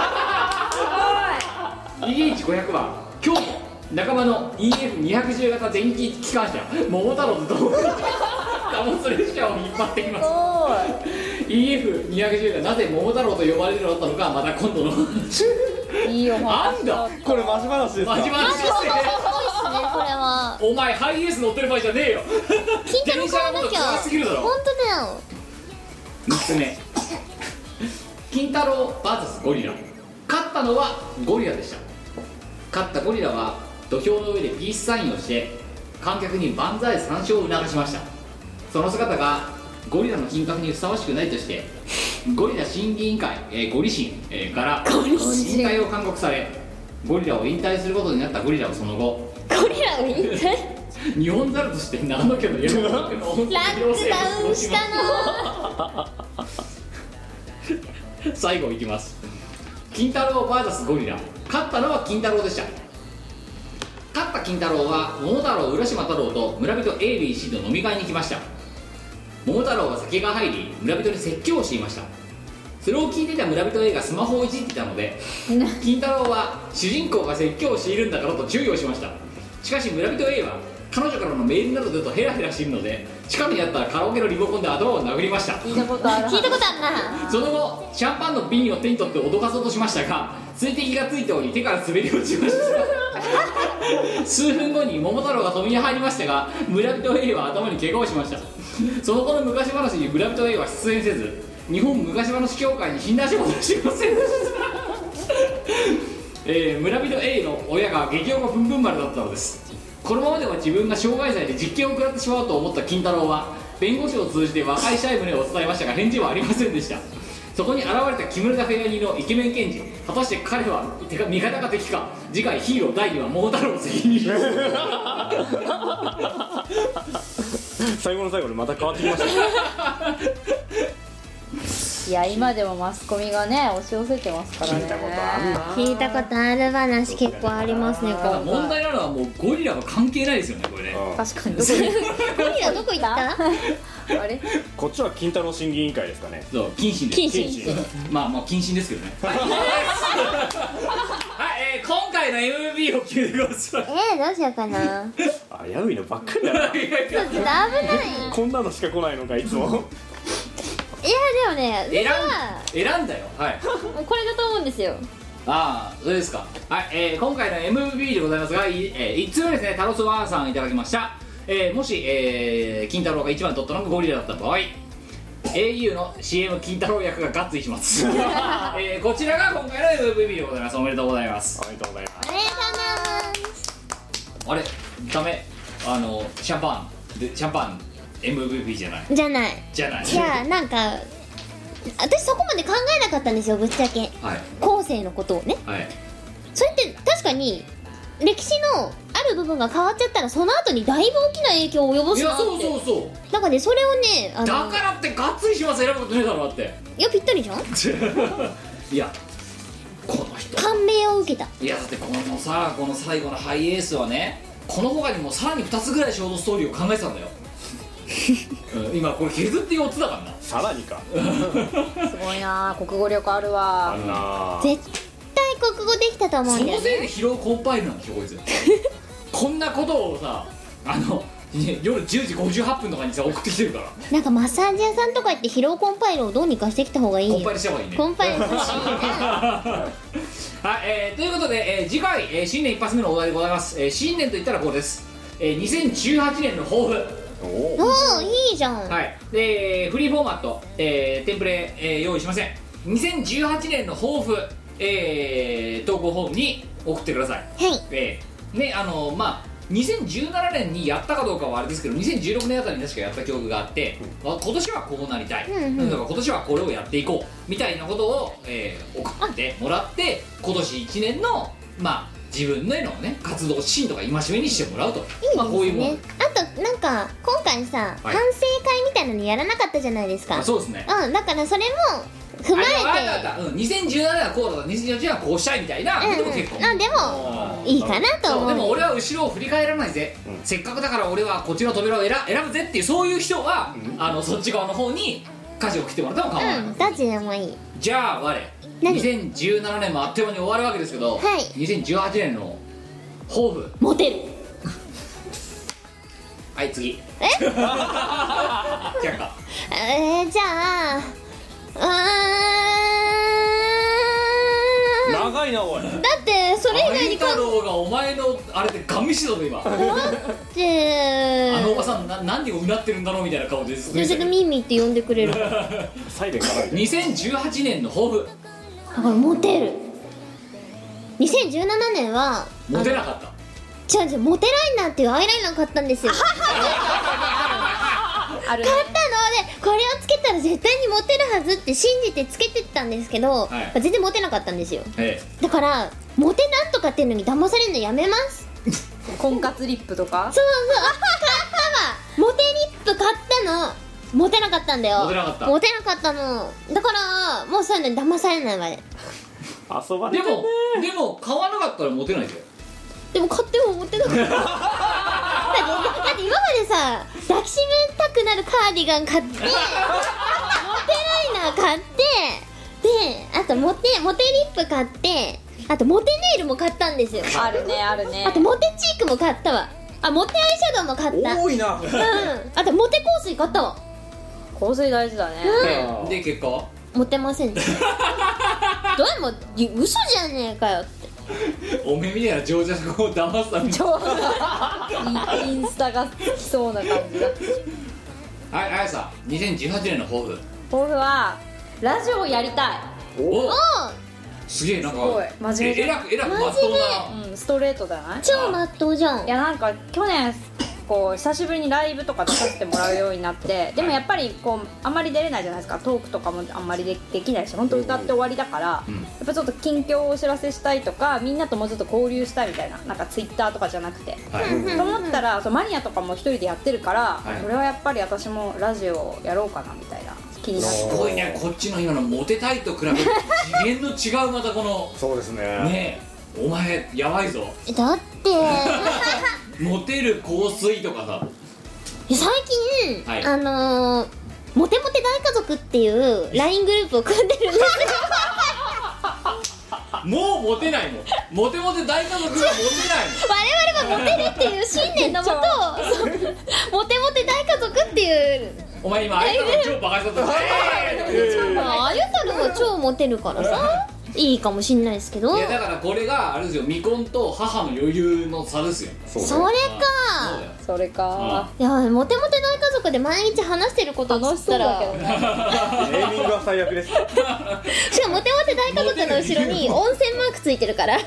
。EH500 は今日仲間の EF210 型電気機関車桃太郎と共に貨物列車を引っ張っています。EF210 がなぜ桃太郎と呼ばれるようになったのか、また今度のいいよ、 なんだこれマジ話ですか。 マジ話ですね。 そうですね、これは。 お前ハイエース乗ってる場合じゃねえよ。 金太郎買わなきゃ。 電車のこと怖すぎるだろ。 本当だよ。 3つ目、金太郎 VS ゴリラ、勝ったのはゴリラでした。勝ったゴリラは土俵の上でピースサインをして観客に万歳三唱を促しました。その姿がゴリラの品格にふさわしくないとしてゴリラ審議委員会、ゴリ審、から引退を勧告され、ゴリラを引退することになったゴリラはその後ゴリラを引退日本猿として長野県の山の中の温泉ラックダウンしたの最後いきます。金太郎 VS ゴリラ、勝ったのは金太郎でした。勝った金太郎は桃太郎、浦島太郎と村人 ABC と飲み会に来ました。桃太郎は酒が入り村人に説教をしていました。それを聞いていた村人 A がスマホをいじっていたので金太郎は主人公が説教をしているんだからと注意をしました。しかし村人 A は彼女からのメールなどだとヘラヘラしているので近くにあったカラオケのリモコンで頭を殴りました。 聞いたことある。 聞いたことあるな。 その後シャンパンの瓶を手に取って脅かそうとしましたが水滴がついており手から滑り落ちました数分後に桃太郎が止めに入りましたが村人 A は頭に怪我をしました。その後の昔話に村人 A は出演せず日本昔話協会に診断書を出しませんでした村人 A の親が激おこぷんぷん丸だったのです。このままでは自分が傷害罪で実刑を食らってしまうと思った金太郎は弁護士を通じて和解したい旨を伝えましたが返事はありませんでした。そこに現れた木村フェアニーのイケメン検事、果たして彼は味方か敵か。次回ヒーロー第2話桃太郎の責任最後の最後でまた変わってきましたねいや今でもマスコミがね押し寄せてますからね。 聞いたことあるな。 聞いたことある話結構ありますね。 ただ問題なのはもうゴリラは関係ないですよねこれね。 確かにどこにゴリラどこ行ったあれこっちは金太郎審議委員会ですかね。 そう謹慎です。 謹慎まあ謹慎ですけどねはい、今回の MVP を決めてください。 どうしようかな。 危ういのばっかりだなちょっと危ないこんなのしか来ないのかいつもいやでもね選んだよ。はいこれだと思うんですよ。 ああそれですか。はい、今回の MVP でございますが1つ目ですね。タロスワンさんいただきました。もし、金太郎が1番取ったのがゴリラだった場合 au の CM 金太郎役がガッツリします、こちらが今回の MVP でございます。おめでとうございます。 おめでとうございます。 ありがとうございます。 あれダメシャンパン MVP じゃないじゃない。 じゃないいやなんか私そこまで考えなかったんですよぶっちゃけ。 はい後世のことをね。 はいそれって確かに歴史のある部分が変わっちゃったらその後にだいぶ大きな影響を及ぼいやすなって。 そうなんかねそれをねだからってガッツリします選ぶことねえだろだっていやぴったりじゃん。 いやこの人感銘を受けた。 いやだってこの最後のハイエースはねこの他にもさらに2つぐらいショートストーリーを考えてたんだよ今これ削って4つだからな。 さらにかすごいな国語力あるわあんな絶対国語できたと思うんそだよね。 のせいで疲労困憊なんでしょこいつこんなことをさ夜10時58分とかにさ送ってきてるからなんかマッサージ屋さんとか行って疲労困憊をどうにかしてきた方がいいよ。 コンパイルした方がいいね。 コンパイル欲しいね。 はい、ということで、次回、新年一発目のお題でございます。新年といったらこうです。2018年の抱負。 おおおいいじゃん。 はい。でフリーフォーマット、テンプレ、用意しません。2018年の抱負、投稿フォームに送ってください。 はい。 ね2017年にやったかどうかはあれですけど2016年あたりに確かやった記憶があって、今年はこうなりたい、 うんうんだから今年はこれをやっていこうみたいなことを、送ってもらって今年1年の自分のへのね活動シーンとか戒めにしてもらうといいですね。 こういうもの。 あとなんか今回さ、 はい反省会みたいなのやらなかったじゃないですか。 あそうですね。 だからそれも踏まえて。 2017年はこうだった2018年はこうしたいみたいなことも結構、 でもいいかなとそう思う。 でも俺は後ろを振り返らないぜ、せっかくだから俺はこっちの扉を選ぶぜっていうそういう人は、そっち側の方に舵を切ってもらっても構わない、 どっちでもいい。 じゃあ我何 2017年もあっという間に終わるわけですけど、 はい 2018年の抱負。 モテる。 はい次却下。 じゃあ長いなおいだってそれ以外に太郎がお前のあれでガン見してたぞ今ってあのおばさん何でうなってるんだろうみたいな顔でずっとちょっとミーミーって呼んでくれる。だかサイレンからみたい 2018年の抱負。 らモテる。2017年はモテなかった。 違うモテライナーっていうアイライナー買ったんですよ。 ある買ったのこれをつけたら絶対にモテるはずって信じてつけてったんですけど、 はい全然モテなかったんですよ。 えだからモテなんとかっていうのに騙されるのやめます。 婚活リップとかそうそう買ったわ。モテリップ買ったのモテなかったんだよ。 モテなかったモテなかったのだからもうそういうのに騙されないわね。 遊ばれでてねも買わなかったらモテないででも買ってもモテなかっただって今までさ抱きしめたくなるカーディガン買ってモテライナー買ってであとモテリップ買ってあとモテネイルも買ったんですよ。 あるねあるね。 あとモテチークも買ったわ。あモテアイシャドウも買った。 多いなうんあとモテ香水買ったわ。 香水大事だね。 で結果はモテませんでしたどれも嘘じゃねえかよっておめえみたいな情弱を騙すためにインスタがつきそうな感じだ。 はい、あやさん2018年の抱負。 抱負はラジオをやりたい。 おおすげえなんかすごい真面目じゃんえらくまっとうなストレートじゃない？ 超まっとうじゃん。 いやなんか去年こう久しぶりにライブとか出させてもらうようになってでもやっぱりこうあんまり出れないじゃないですか。トークとかもあんまりできないし本当歌って終わりだから、やっぱちょっと近況をお知らせしたいとかみんなともうちょっと交流したいみたいななんかツイッターとかじゃなくて、 はいと思ったらそうマニアとかも一人でやってるから、 はいこれはやっぱり私もラジオをやろうかなみたいな気になってすごいねこっちの今のモテたいと比べて次元の違うまたこのそうですねねえお前やばいぞだってモテる香水とかさ最近、 はいモテモテ大家族っていう LINE グループを組んでるんですよもうモテないもんモテモテ大家族がモテないもん我々はモテるっていう信念のもとそうモテモテ大家族っていうお前今あいつの超バカにしたぞあゆたるも超モテるからさいいかもしんないですけどいやだからこれがあれですよ未婚と母の余裕の差ですよそれかそうだよそれかいやモテモテ大家族で毎日話してることっ楽しそうつったらだけどね。 ネーミングは最悪ですしかもモテモテ大家族の後ろに温泉マークついてるからい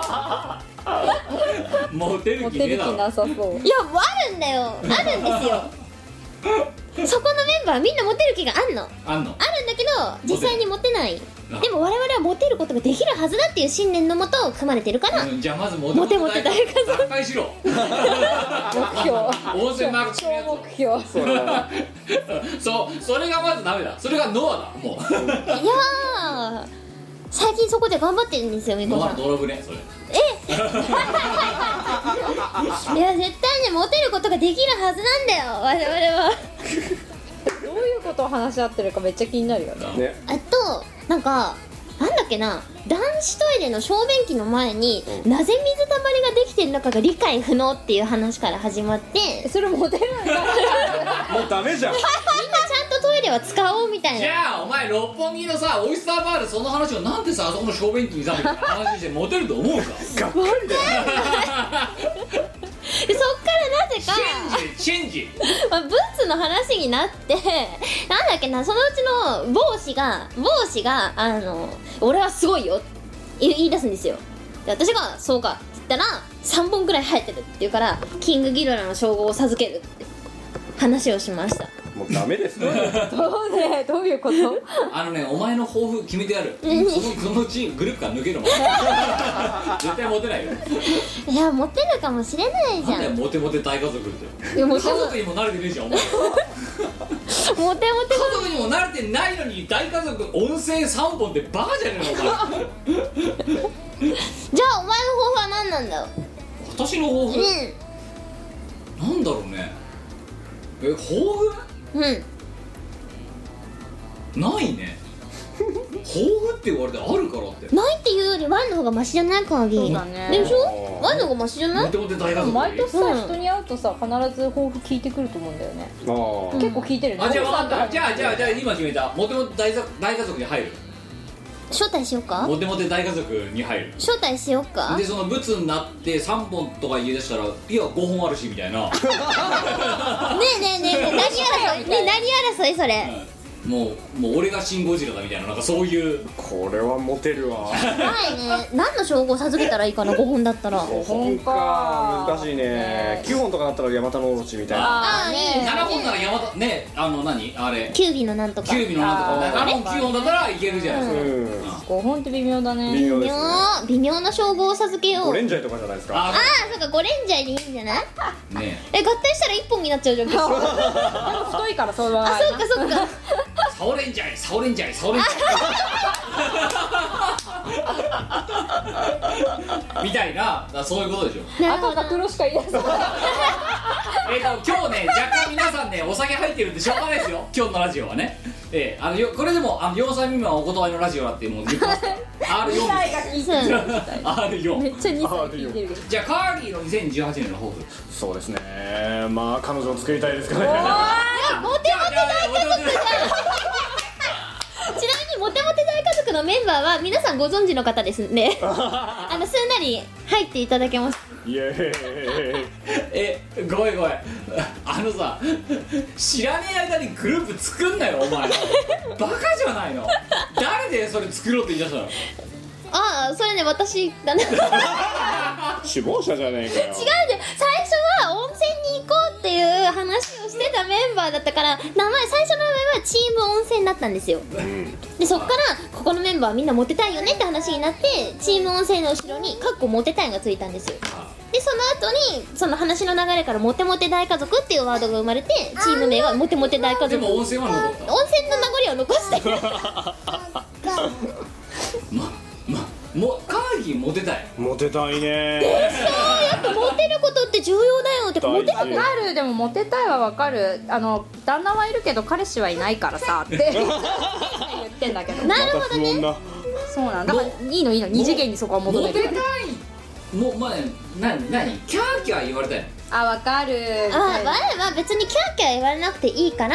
モテるモテる気気ねえだろなさそう。 やあるんだよあるんですよそこのメンバーみんなモテる気があんのあんのあるんだけど実際にモテないあでも我々はモテることができるはずだっていう信念のもと組まれてるからうんじゃあまずモモテモテ大家族脱会しろ目標。 温泉マークつけるやつを目標。 そうそれがまずダメだそれがノアだもういやー最近そこで頑張ってるんですよみこさんノアの泥船それいや絶対ねモテることができるはずなんだよ我々はどういうことを話し合ってるかめっちゃ気になるよね。 ねあとなんかなんだっけな男子トイレの小便器の前に、なぜ水たまりができてるのかが理解不能っていう話から始まってそれモテるんだ。 もうダメじゃんみんなちゃんとトイレは使おうみたいじなゃあお前六本木のさオイスターバーでその話をなんでさあそこの小便器にさみたいな話してモテると思うかがっかりだよでそっからなぜかチェンジまあ、ブーツの話になってなんだっけなそのうちの帽子が俺はすごいよって言い出すんですよで私がそうかって言ったら3本くらい生えてるって言うからキングギドラの称号を授けるって話をしましたもうダメですねどういうこと？ あのねお前の抱負決めてやるそのチームグループから抜けるもん絶対モテないよいやモテるかもしれないじゃんなんだよモテモテ大家族っていやモ家族にも慣れてねえじゃんお前モテモテ家族にも慣れてないのに大家族温泉3本ってバカじゃねえのお前じゃあお前の抱負は何なんだよ私の抱負なんだろうね抱負うんないね抱負って言われてあるからってないっていうよりワイの方がマシじゃないかぎそうだねでしょワイの方がマシじゃないモテモテ大家族毎年さ、 うん人に会うとさ必ず抱負聞いてくると思うんだよね。 あー結構聞いてるね。 あじゃあ分かったじゃあ今決めたモテモテ大家族に入る招待しようかモテモテ大家族に入る招待しようかでそのブツになって3本とか言い出したらいや5本あるしみたいなねえねえねえねえ何争いそれもう俺がシン・ゴジラだみたいな、なんかそういう。 これはモテるわ。 前ね、何の称号授けたらいいかな、5本だったら。 5本か難しいね。9本とかだったらヤマタノオロチみたいな。 ああ、いいね。 7本なら山田ね、何あれキュービのなんとか。 キュービのなんとか、7本9本だったらいけるじゃないですか。 5本って微妙だね。 微妙ですね。 微妙な称号を授けよう。 ゴレンジャーとかじゃないですか。 ああ、そうか、ゴレンジャーでいいんじゃない？ ね合体したら1本になっちゃうじゃん。あ、 太いからそのまま。 そうかそうか。 サオレンジャーサオレンジャーサオレンジャーみたいな、そういうことでしょ。 赤か黒しか言えない。 今日ね、若干皆さんねお酒入ってるんでしょうがないですよ、今日のラジオはね。これでも4歳未満お断りのラジオだってもう言ってますから。R4 です。R4 めっちゃ2歳聞いてるけど。 じゃあカーギーの2018年の抱負。 そうですね、まあ彼女を作りたいですかね。 モテモテ大家族じゃん。ちなみにモテモテ大家族のメンバーは皆さんご存知の方ですんで、すんなり入っていただけます。 イエーイ。 ごめんさ、知らねえ間にグループ作んなよお前。バカじゃないの。誰でそれ作ろうって言い出したの。 ああ、それね、私だね。 首謀者じゃねえかよ。 違うじゃん、最初は温泉に行こうっていう話をしてたメンバーだったから、最初の名前はチーム温泉だったんですよ。でそっからここのメンバーみんなモテたいよねって話になって、チーム温泉の後ろに「モテたい」がついたんですよ。でその後にその話の流れからモテモテ大家族っていうワードが生まれて、チーム名はモテモテ大家族。 でも温泉は残った。 温泉の名残は残してもうカーギーモテたい。 モテたいね。 やっぱモテることって重要だよってか、モテたくない。 わかる。でもモテたいはわかる。旦那はいるけど彼氏はいないからさって言ってんだけど。 なるほどね。 そうなんだから、いいの二次元にそこは戻れる。 モテたいもう何キャーキャー言われたいの。 あ、わかる。 我は別にキャーキャー言われなくていいから、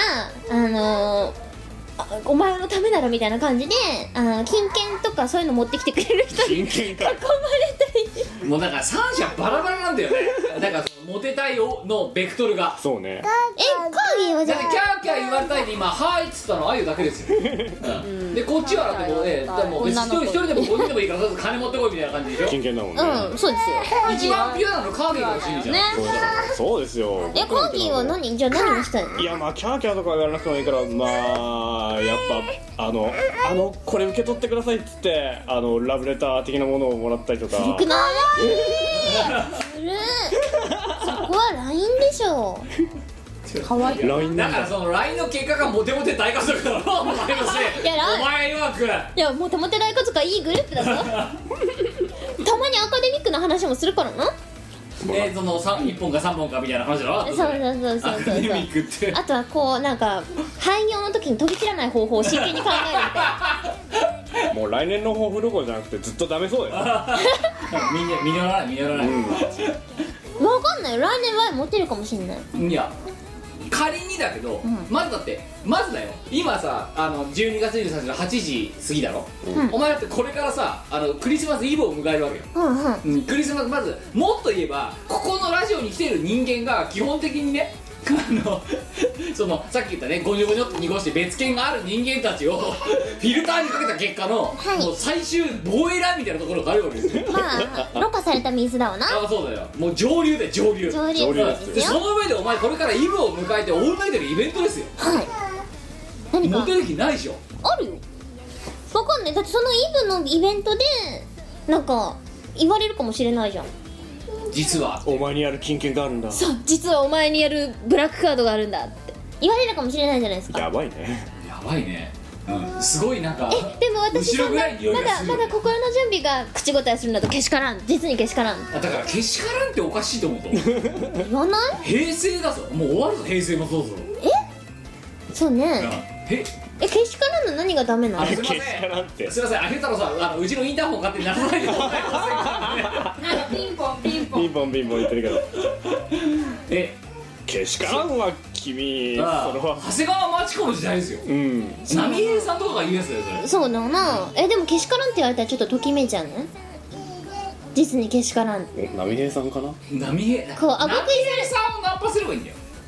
お前のためならみたいな感じで、金券とかそういうの持ってきてくれる人に囲まれたい。 もうだから三者バラバラなんだよね。だからそのモテたいのベクトルが。 そうね。 カーギーはじゃだってキャーキャー言われたいで今「はい」っつったのはあゆだけですよ。でこっちはだってもうね、でも別に一人でも5人でもいいから金持ってこいみたいな感じでしょ。 金券だもんね。 そうですよ。 一番ピュアなのカーギーかもしれないじゃん。 そうですよ。 カーギーはじゃあ何をしたいの？ いや、まあキャーキャーとかは言われなくてもいいから、まあやっぱこれ受け取ってくださいっつってラブレター的なものをもらったりとか。 よくない？ずるい。そこは LINE でしょ。 かわいい。 LINE なんだ。 だからその LINE の結果がモテモテ大家族だろ。お前のせい。お前曰く。 いや、モテモテ大家族はいいグループだぞ。たまにアカデミックな話もするからな。 その1本か3本かみたいな話だろ。 そうアカデミックって。 あとはこうなんか廃業の時に飛び切らない方法を真剣に考えるみたいな。 もう来年の抱負どころじゃなくてずっとダメそうだよ。 見習わない。 わかんないよ、来年はモテるかもしんない。 いや仮にだけど、まずだよ、今さ12月23日の8時過ぎだろ、お前だってこれからさクリスマスイブを迎えるわけよ、クリスマス、まずもっと言えばここのラジオに来てる人間が基本的にねそのさっき言ったねゴニョゴニョって濁して別件がある人間たちをフィルターにかけた結果の、もう最終防衛ラインみたいなところがあるわけですよ。 まあろ過された水だわな。 あ、そうだよ、もう上流だよ、上流ですで、そよ。 の上でお前これからイブを迎えてオールナイトのイベントですよ。 はい。何かモテる気ないでしょ。 あるよ。わかんない。だってそのイブのイベントでなんか言われるかもしれないじゃん。 実はお前にやる金券があるんだ。 そう、実はお前にやるブラックカードがあるんだって言われるかもしれないじゃないですか。 やばいね。 やばいね。すごいなんかでも私後ろぐらい匂いがする。 まだ心の準備が口答えするんだとけしからん、実にけしからん。 だからけしからんっておかしいと思うと言わない？ 平成だぞ、もう終わるぞ、平成もそうぞ。 そうね。けしからんの何がダメなの？ すいません、 けしからんってすいません、あげたらさうちのインターホン勝手に鳴らないでください。 ピンポンピンポンピンポンピンポン言ってるけど。 え、 けしからんは君、それは長谷川町子の時代ですよ。波平さんとかが言うやつだよそれ。 そうだな。でもけしからんって言われたらちょっとときめいちゃうね。実にけしからんって。 波平さんかな。 波平こうあごくい波平さんをナンパすればいいんだよ。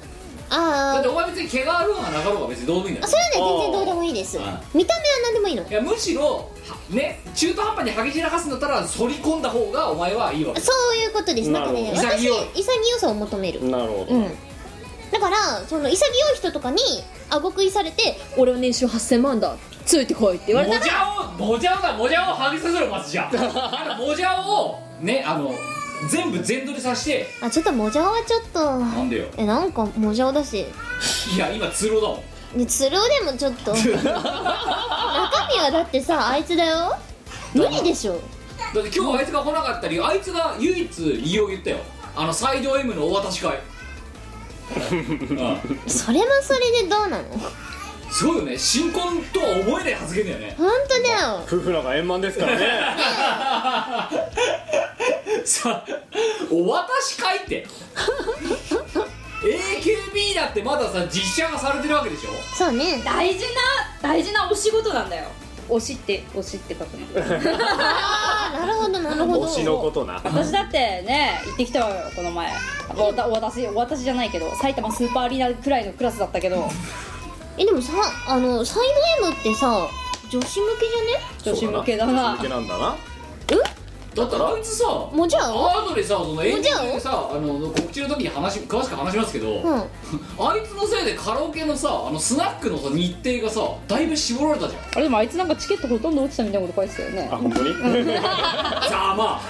あだってお前別に毛があろうがなかろうが別にどうでもいいんだよ。 それはね全然どうでもいいです。見た目は何でもいいの。 いやむしろね、中途半端にハゲ散らかすんだったら反り込んだ方がお前はいいわけ。 そういうことです。なんかね、 なるほど私潔さを求める。 なるほど、 だからその潔い人とかに顎食いされて、俺は年収8000万だ、ついてこいって言われたら、 もじゃをハゲさせろまずじゃあ。もじゃをね、全部全取りさせて。 ちょっともじゃはちょっとなんでよ。 なんかもじゃだし、 いや今ツロだもん。 ツルでもちょっと中身はだってさ、あいつだよ、無理でしょ。 だって今日あいつが来なかったり、あいつが唯一理由を言ったよ。最上 M のお渡し会。 それもそれでどうなの。 すごいよね、新婚とは思えない発言だよね。 本当だよ。 夫婦仲円満ですからね。 さあお渡し会って AKB だってまださ実写がされてるわけでしょ。 そうね。 大事なお仕事なんだよ。推しって書くの。 ああ、なるほどなるほど。 推しのことな。 私だってね、行ってきたわよこの前。私じゃないけど、埼玉スーパーアリーナくらいのクラスだったけど。 でもさ、サイド M ってさ、女子向けじゃね。 女子向けだな。 女子向けなんだな。 だってあいつさ、 もじゃアートでさ、そのエンディングでさ、 も告知の時に詳しく話しますけど、あいつのせいでカラオケのさ、スナックのさ日程がさだいぶ絞られたじゃん。 あれでもあいつなんかチケットほとんど落ちたみたいなこと書いてたよね。 あ、本当に？ ざま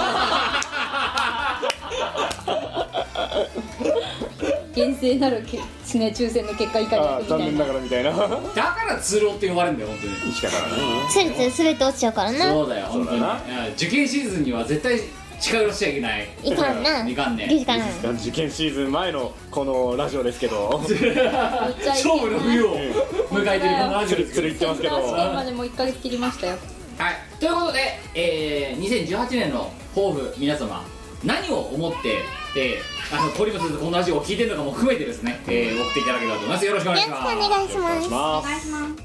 厳正なる抽選の結果以下にあ、残念ながらみたいな。 だからツロって呼ばれるんだよ本当に。 仕方がないね。 スルツル滑って落ちちゃうからな。 そうだよ本当に。受験シーズンには絶対近寄らしちゃいけない。 いかんな。 いかんね。 いかん。 受験シーズン前のこのラジオですけど、 勝負の冬を迎えてるこのラジオですつる言ってますけど、 今でも1ヶ月切りましたよ。 はい、ということで、2018年の抱負、皆様何を思って、鳥もするこのラジオを聞いてるのかも含めてですね、送っていただければと思います。よろしくお願いします。 よろしくお願いします。 お願いします。 お願いします。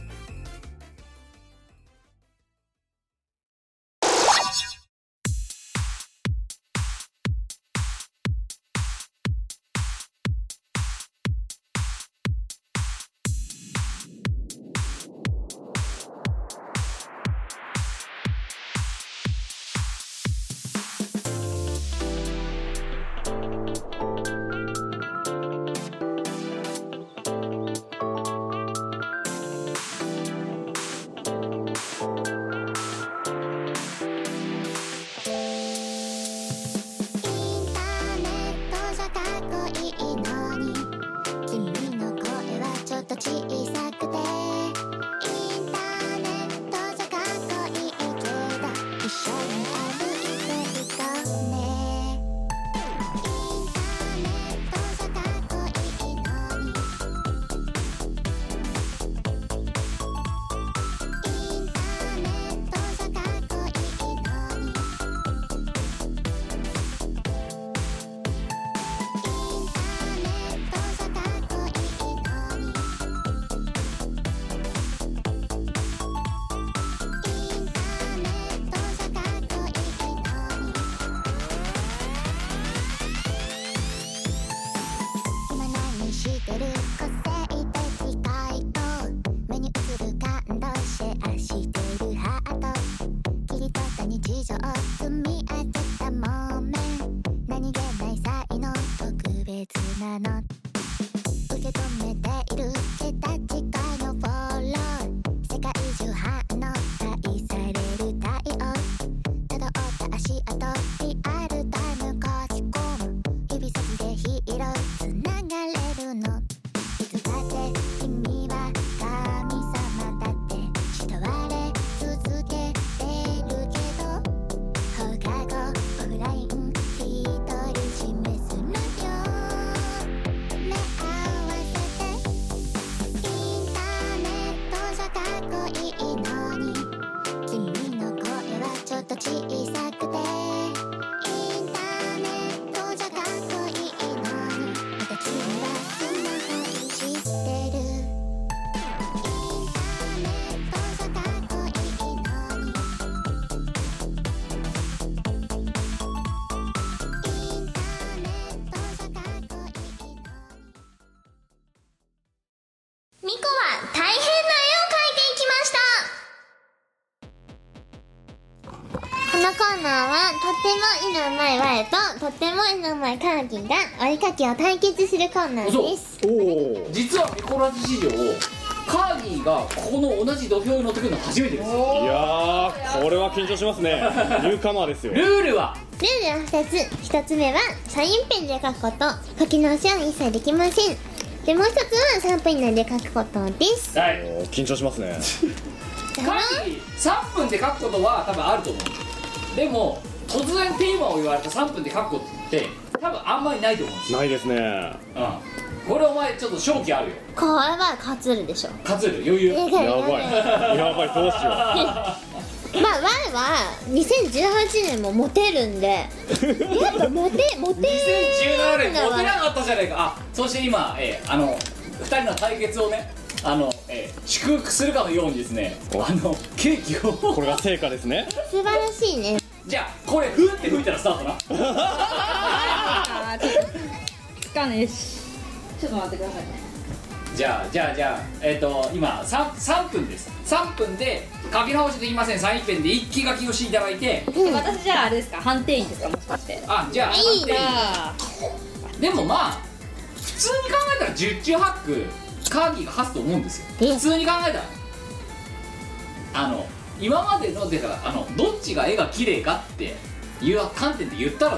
コーナーはとっても意のうまい我ととっても意のうまいカーギーがお絵かきを対決するコーナーです。 おお実はミコラジ史上カーギーがここの同じ土俵に乗ってくるのは初めてですよ。 いやーこれは緊張しますね。ニューカマーですよ。 ルールは 2つ。1つ目はサインペンで書くこと、書き直しは一切できません。でもう1つは3分以内で書くことです。 はい、 おー緊張しますね。 カーギー3分で書くことは多分あると思う。でも突然テーマを言われた3分で書くことって多分あんまりないと思うんですよ。 ないですね。 これお前ちょっと勝機あるよ。 これは勝つるでしょ。 勝つる余裕。 やばいやばいどうしよまあ我は2018年もモテるんでやっぱモテ 2017年モテなかったじゃないか。あ、そして今、2人の対決をね祝福するかのようにですねケーキをう。これが成果ですね。 素晴らしいね。 じゃあこれふーって吹いたらスタートな。 あーちょっとつかねえし、ちょっと待ってくださいね。 じゃあ今 3分です。3分で書き直しできません。サインペンで一気書きをしていただいて、 私じゃああれですか、判定員ですか、もしかして。 あ、じゃあいいなでもまあ普通に考えたら十中八九カーギーが勝つと思うんですよ。普通に考えたら今までのでからどっちが絵が綺麗かっていう観点で言ったら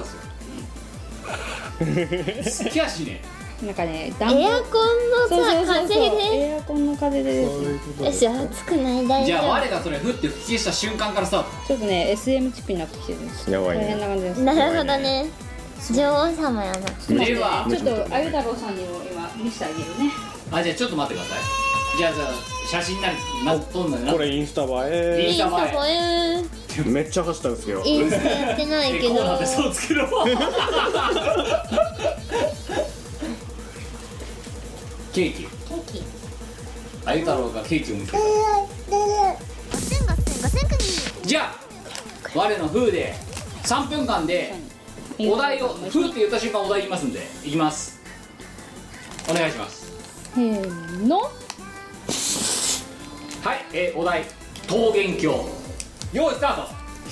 ですよ。好きやしね。 なんかね、 エアコンのさ風でエアコンの風でですね。 よし暑くない大丈じゃあ我がそれふって吹き消した瞬間からスタート。 ちょっとね SM チックになってきてるんです。 やばいね大変な感じです。 夫。なるほどね。女王様やな。 ではちょっとあゆ太郎さんにも今見せてあげるね。 じゃあちょっと待ってください。じゃあ写真なり撮んのにな。 これインスタ映インスタ映え。めっちゃハッシュタグですよ。 えインスタやってないけどこうなってそうつけろ。ケーキ。あゆ太郎がケーキを見つけた。じゃあ我のフーで3分間でお題をフーって言った瞬間お題言いますんでいきます。お願いします。 せーの。 はい、お題桃源郷。用意スタート。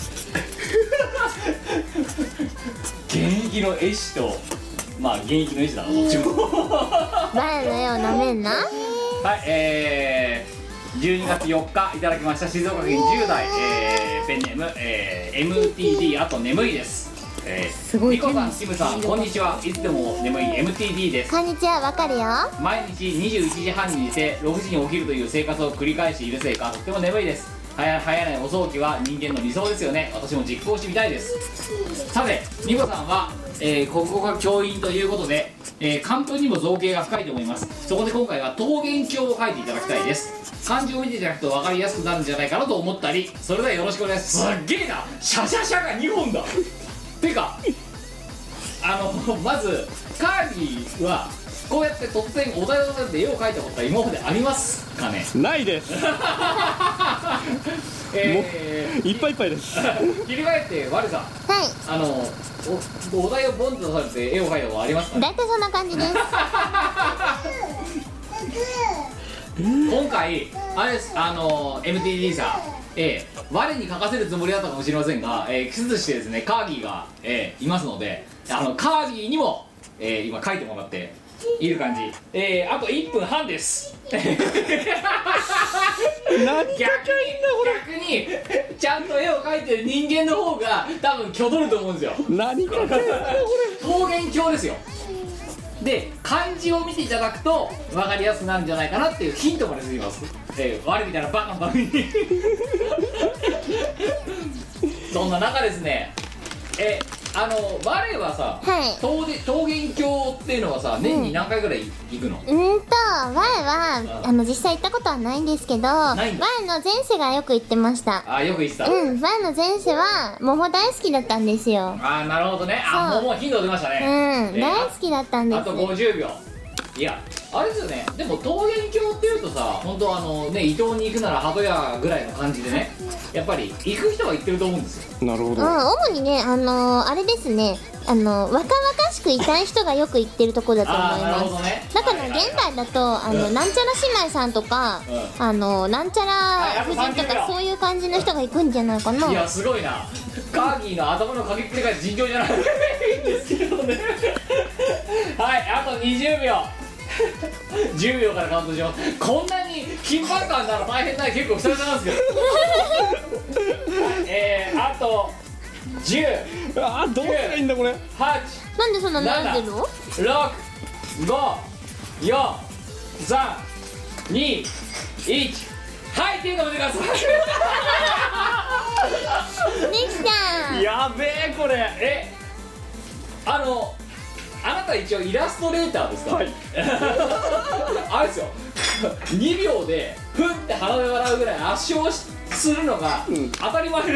現役の絵師とまあ現役の絵師だなどっちも。 誰の絵をなめんな。 はい、12月4日いただきました静岡県10代、ペンネーム、MTD あと眠いです。 すごいリコさん、キムさん、こんにちは。いつでも眠い MTD です。 こんにちは、わかるよ。 毎日21時半に寝て6時に起きるという生活を繰り返しているせいかとっても眠いです。早ないお早起きは人間の理想ですよね。私も実行してみたいです。さてニコさんは、国語が教員ということで、漢文にも造形が深いと思います。そこで今回は桃源郷を書いていただきたいです。漢字を見ていただくと分かりやすくなるんじゃないかなと思ったり、それではよろしくお願いします。すっげえな、シャシャシャが2本だ。てかまずカーギーはこうやって突然お題を出されて絵を描いたことは今までありますかね。 ないです。いっぱいいっぱいです。 切り替えて我さん、 はお題をボンと出されて絵を描いたことありますかい。 ね。 だいたいそんな感じです。 今回あれです、MTD さん、我に書かせるつもりだったかもしれませんが、キスしてですねカーギーが、いますのでカーギーにも、今書いてもらっている感じ。あと1分半です。逆にちゃんと絵を描いてる人間の方が多分挙取ると思うんですよ。 何かけんだこ桃源郷ですよ。で漢字を見ていただくと分かりやすくなるんじゃないかなっていうヒントまでついてます。我みたいなバカのためにそんな中ですね、我はさ、 はい桃源郷っていうのはさ年に何回ぐらい行くの？ 我は実際行ったことはないんですけど、我ないんだ。 の前世がよく行ってました。 あ、よく言ってた。 我の前世は桃大好きだったんですよ。 あ、なるほどね。 そうもうヒント出ましたね。 大好きだったんです。 あと50秒。 いやあれですよね。でも桃源郷っていうとさ、本当ね、伊東に行くなら鳩屋ぐらいの感じでね、やっぱり行く人は行ってると思うんですよ。 なるほど。 主にねあれですね、若々しくいたい人がよく行ってるところだと思いなるます。 ほどね。 だから現代だとなんちゃら姉妹さんとか、なんちゃら夫人とかそういう感じの人が行くんじゃないかな。 いやすごいな。カーギーの頭のかけっぷりが尋常じゃないんですけどね。はい、あと20秒。10秒からカウントします。こんなに緊張感なら大変だ。結構久々なんですけど。あと10、 あーどうすりゃいいんだこれ。 8、 なんでそんな悩んでるの？ 6、5、4、3、2、1。はい、手止めてください。 できた。 やべえこれ。 あなた一応イラストレーターですか？ はい。 あれですよ。2秒でふんって鼻で笑うぐらい圧勝するのが当たり前です。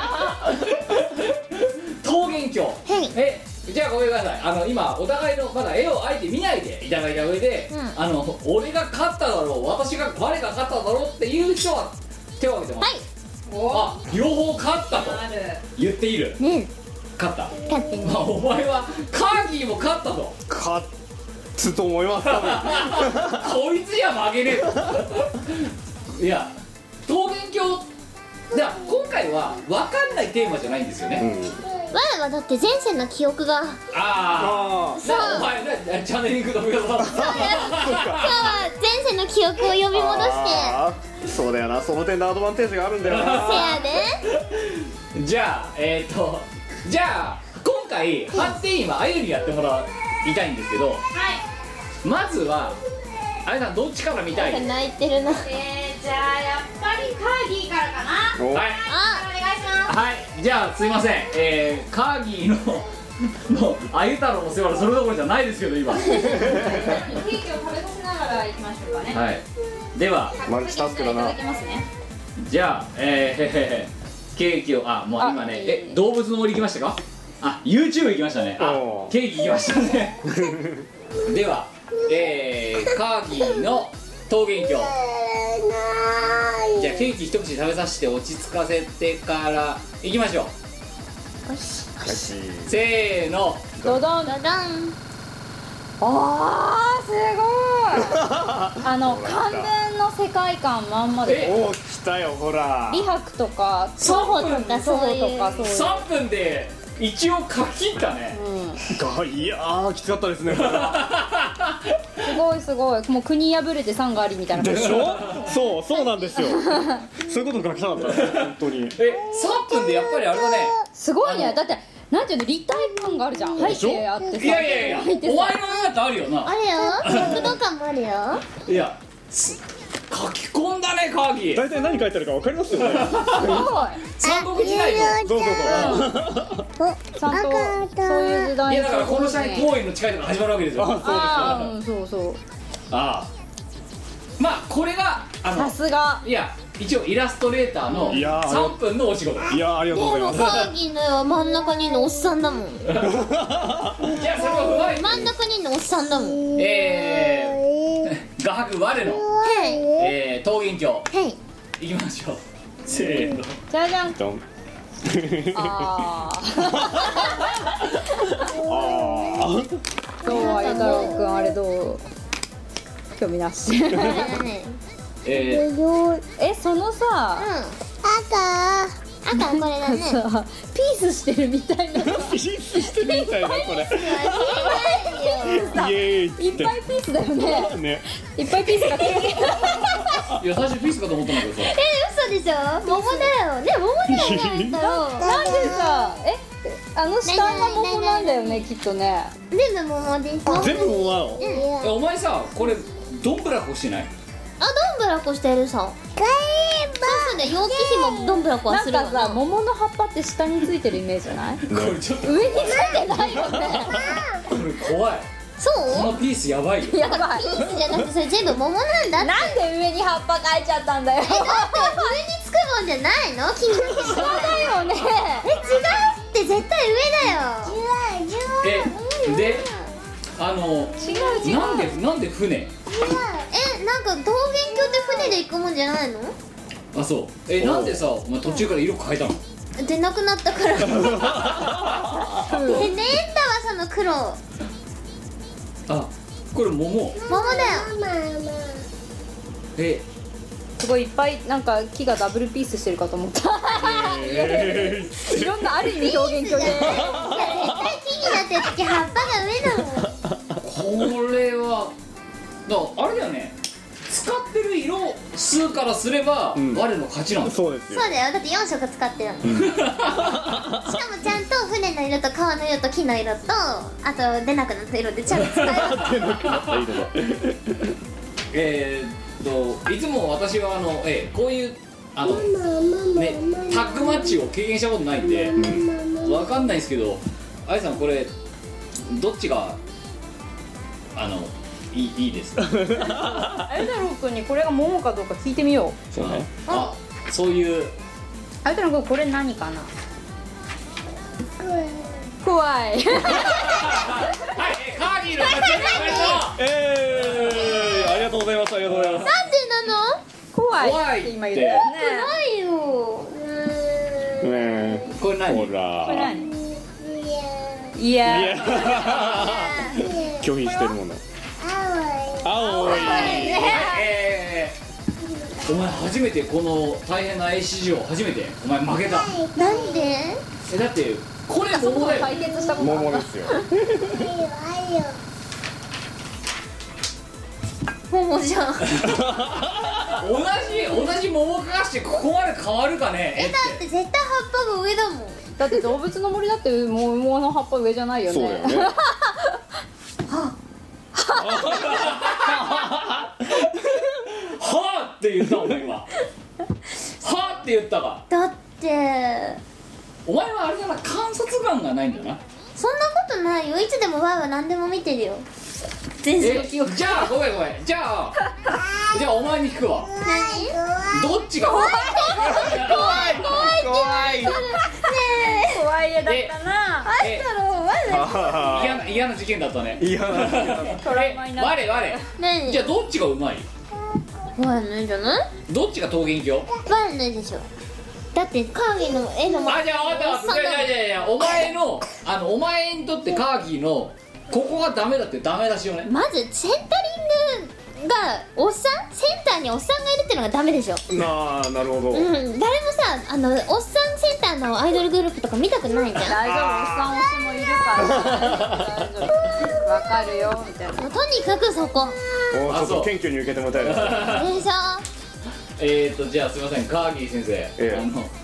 桃源郷。 はい。 じゃあごめんなさい。今お互いのまだ絵をあえて見ないでいただいた上で、俺が勝っただろう、我が勝っただろうっていう人は手を挙げてます。 はい。 両方勝ったと言っている。勝った。 勝ってね。 お前はカーギーも勝ったと。 勝つと思います。多分こいつや負けねえと。いや桃源郷じゃあ今回は分かんないテーマじゃないんですよね。 我はだって前世の記憶が。 ああ、 そうお前なチャネリングの見方だ。 今日は前世の記憶を呼び戻して。 あーそうだよな、その点でアドバンテージがあるんだよせな。 やで。 じゃあじゃあ今回判定員はあゆにやってもらいたいんですけど、まずはあれさんどっちから見たい？ 泣いてるな。 じゃあやっぱりカーギーからかな。 おはいあ、 お願いします。 はい、じゃあすいません、カーギーのもうあゆ太郎の世話はそれどころじゃないですけど今。 ケーキを食べさせながら行きましょうかね。 はい、ではマルチタスクだな。 いただきますね。 じゃあケーキをもう今ね動物の森行きましたか？YouTube 行きましたね。 おーケーキ行きましたね。ではカーギーの桃源郷。じゃあケーキ一口食べさせて落ち着かせてから行きましょう。せーの。 ドドン。 ダダン。 あーすごい。完全の世界観まんまで。 おお、来たよほら。 李白とか徒歩とかそういう。 とかそういう。 3分で一応書き切ったね。 いやーきつかったですね。 すごいすごい。もう国破れて山がありみたいな。 でしょ。そうなんですよ。そういうこと書きたかった本当に。 3分でやっぱりあれだね。 すごいね。だってなんていうの、立体感があるじゃん。背景あってさ。 いやお前のやつあるよな。 あるよ。躍動感もあるよ。 いや書き込んだねカーギー。 大体何書いてあるかわかりますよね。 三国時代の。 そうちゃんとそういう時代。 いやだからこの際公演の近いとこ始まるわけですよ。 そう。 まあこれがさすが。 いや一応イラストレーターのいや 3分のお仕事。 いやありがとうございます。 カーギーの絵は真ん中にいるのおっさんだもん。 じゃあそれは踏まえて真ん中にいるのおっさんだもん。 画伯我のはい桃源郷はい。 いきましょう。せーの。 じゃじゃん。 ドン。 ああどうあゆ太郎くんあれどう？興味なし。そのさ。 赤これだね。 さピースしてるみたいな。 ピースしてるみたいなこれ。イエーイっいっぱいピースだよね。 ね。 いっぱいピースが。 いや最初ピースかと思ったんだけどさ。 嘘でしょ。桃だよね。桃だよね。 なんでさ下が桃なんだよねきっとね。 全部桃です。 全部桃なの？ お前さこれどんぶらこしてない？ どんぶらこしてるさ。そうですね。容器費もどんぶらこはするよなんかさ桃の葉っぱって下についてるイメージじゃない？ これちょっと上についてないよね。 これ怖い。 そうこのピースやばいよ。 やばい。 ピースじゃなくてそれ全部桃なんだって。 なんで上に葉っぱ描いちゃったんだよ。 だって上につくもんじゃないの？気になってしまう。 だよね。 違うって絶対上だよ。 で違うなんで船なんか桃源郷って船で行くもんじゃないの？ あそうなんでさお前途中から色変えたの？ 出なくなったからねえんだわその黒。 あこれ桃桃だよ。 すごいいっぱいなんか木がダブルピースしてるかと思ったいろんなある意味表現鏡で絶対木になってる時葉っぱが上だもん。 これはだからあれだよね使ってる色数からすれば、我の勝ちなんです。 そうですよ。 そうだよ、だって4色使ってるの、しかもちゃんと船の色と川の色と木の色とあと出なくなった色でちゃんと使えるいつも私はこういうタッグマッチを経験したことないんで、わかんないですけど、あやさんこれどっちがいいですか？ あゆ太郎くんにこれが桃かどうか聞いてみよう。 そうね。 そういうあゆ太郎くんこれ何かな？怖いはい、カーギーの勝ちおめでとう。 ありがとうございます。ありがとうございます。 なんでなの？ 怖いって今言ったよね。 ないよ。 これ何？ ほら。 これ何？いや拒否してるもの。青い。 お前初めてこの大変な絵史上初めてお前負けた。 なんで？ だってこれ桃だよ。 対決したことある。 桃ですよ。 桃じゃん。 同じ桃かしてここまで変わるかね？ だって絶対葉っぱが上だもん。 だって動物の森だって桃の葉っぱ上じゃないよね。 そうだよね。 はぁって言ったお前今。はぁって言ったか。 だってお前はあれだな、観察眼がないんだな。 そんなことないよ。いつでもワイは何でも見てるよ。全然記憶。 じゃあごめんじゃあお前に聞くわ。 何？ どっちが怖い怖い絵だったな。 嫌な事件だったね。 嫌な。 トラウマになった。 何？ じゃあどっちがうまい？ ワイの絵じゃない？ どっちが桃源郷？ ワイの絵でしょ。だってカーギーの絵のじゃあ分かった。いやお前にとってカーギーのここがダメだってダメ出しよね。 まずセンタリングがおっさん、センターにおっさんがいるっていうのがダメでしょ。 なるほど。 誰もさおっさんセンターのアイドルグループとか見たくないじゃん。 大丈夫、おっさん推しもいるから大丈夫、わかるよみたいな。 とにかくそこちょっと謙虚に受けてもらいたいです。 でしょ。 じゃあすいません、カーギー先生、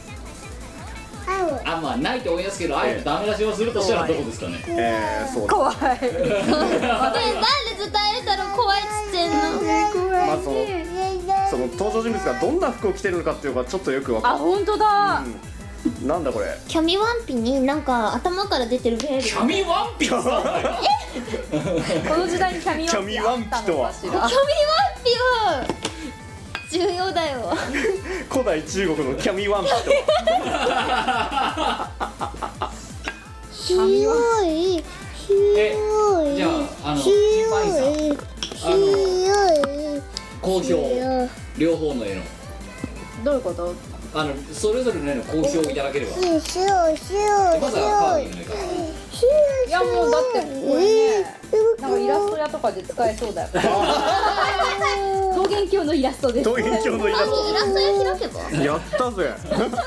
まあないと思いますけど、あえてダメ出しをするとしたらどこですかね？ そう怖いなんでずっとあれだろう怖いっつってんの。 まずその登場人物がどんな服を着てるのかっていうのがちょっとよくわかる。 本当だ。 なんだこれ。 キャミワンピになんか頭から出てるベール。 キャミワンピこの時代にキャミワンピあったのかしら。 キャミワンピは重要だよ。 古代中国のキャミワンピと広いじゃあチンパンジーさん好評両方の絵のどういうこと？ それぞれの絵の好評をいただければ。まずはカーギーの絵から。 いやもうだってこれね、なんかイラスト屋とかで使えそうだよ。桃源郷のイラストです。 桃源郷のイラスト。 イラスト屋開けば。 やったぜ。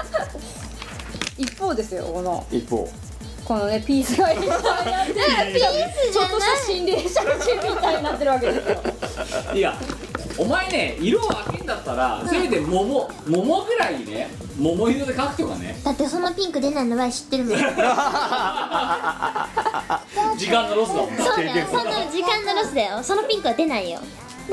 一方ですよ、 一方このねピースがいっぱいあってピースじゃない。 ちょっとした心霊写真みたいになってるわけですよ。 いやお前ね、色を開けんだったらせめて桃ぐらいね、桃色で描くとかね。 だってそのピンク出ないのは知ってるもん。 時間のロスだもんな。 そうだよ、そんな時間のロスだよ。そのピンクは出ないよ。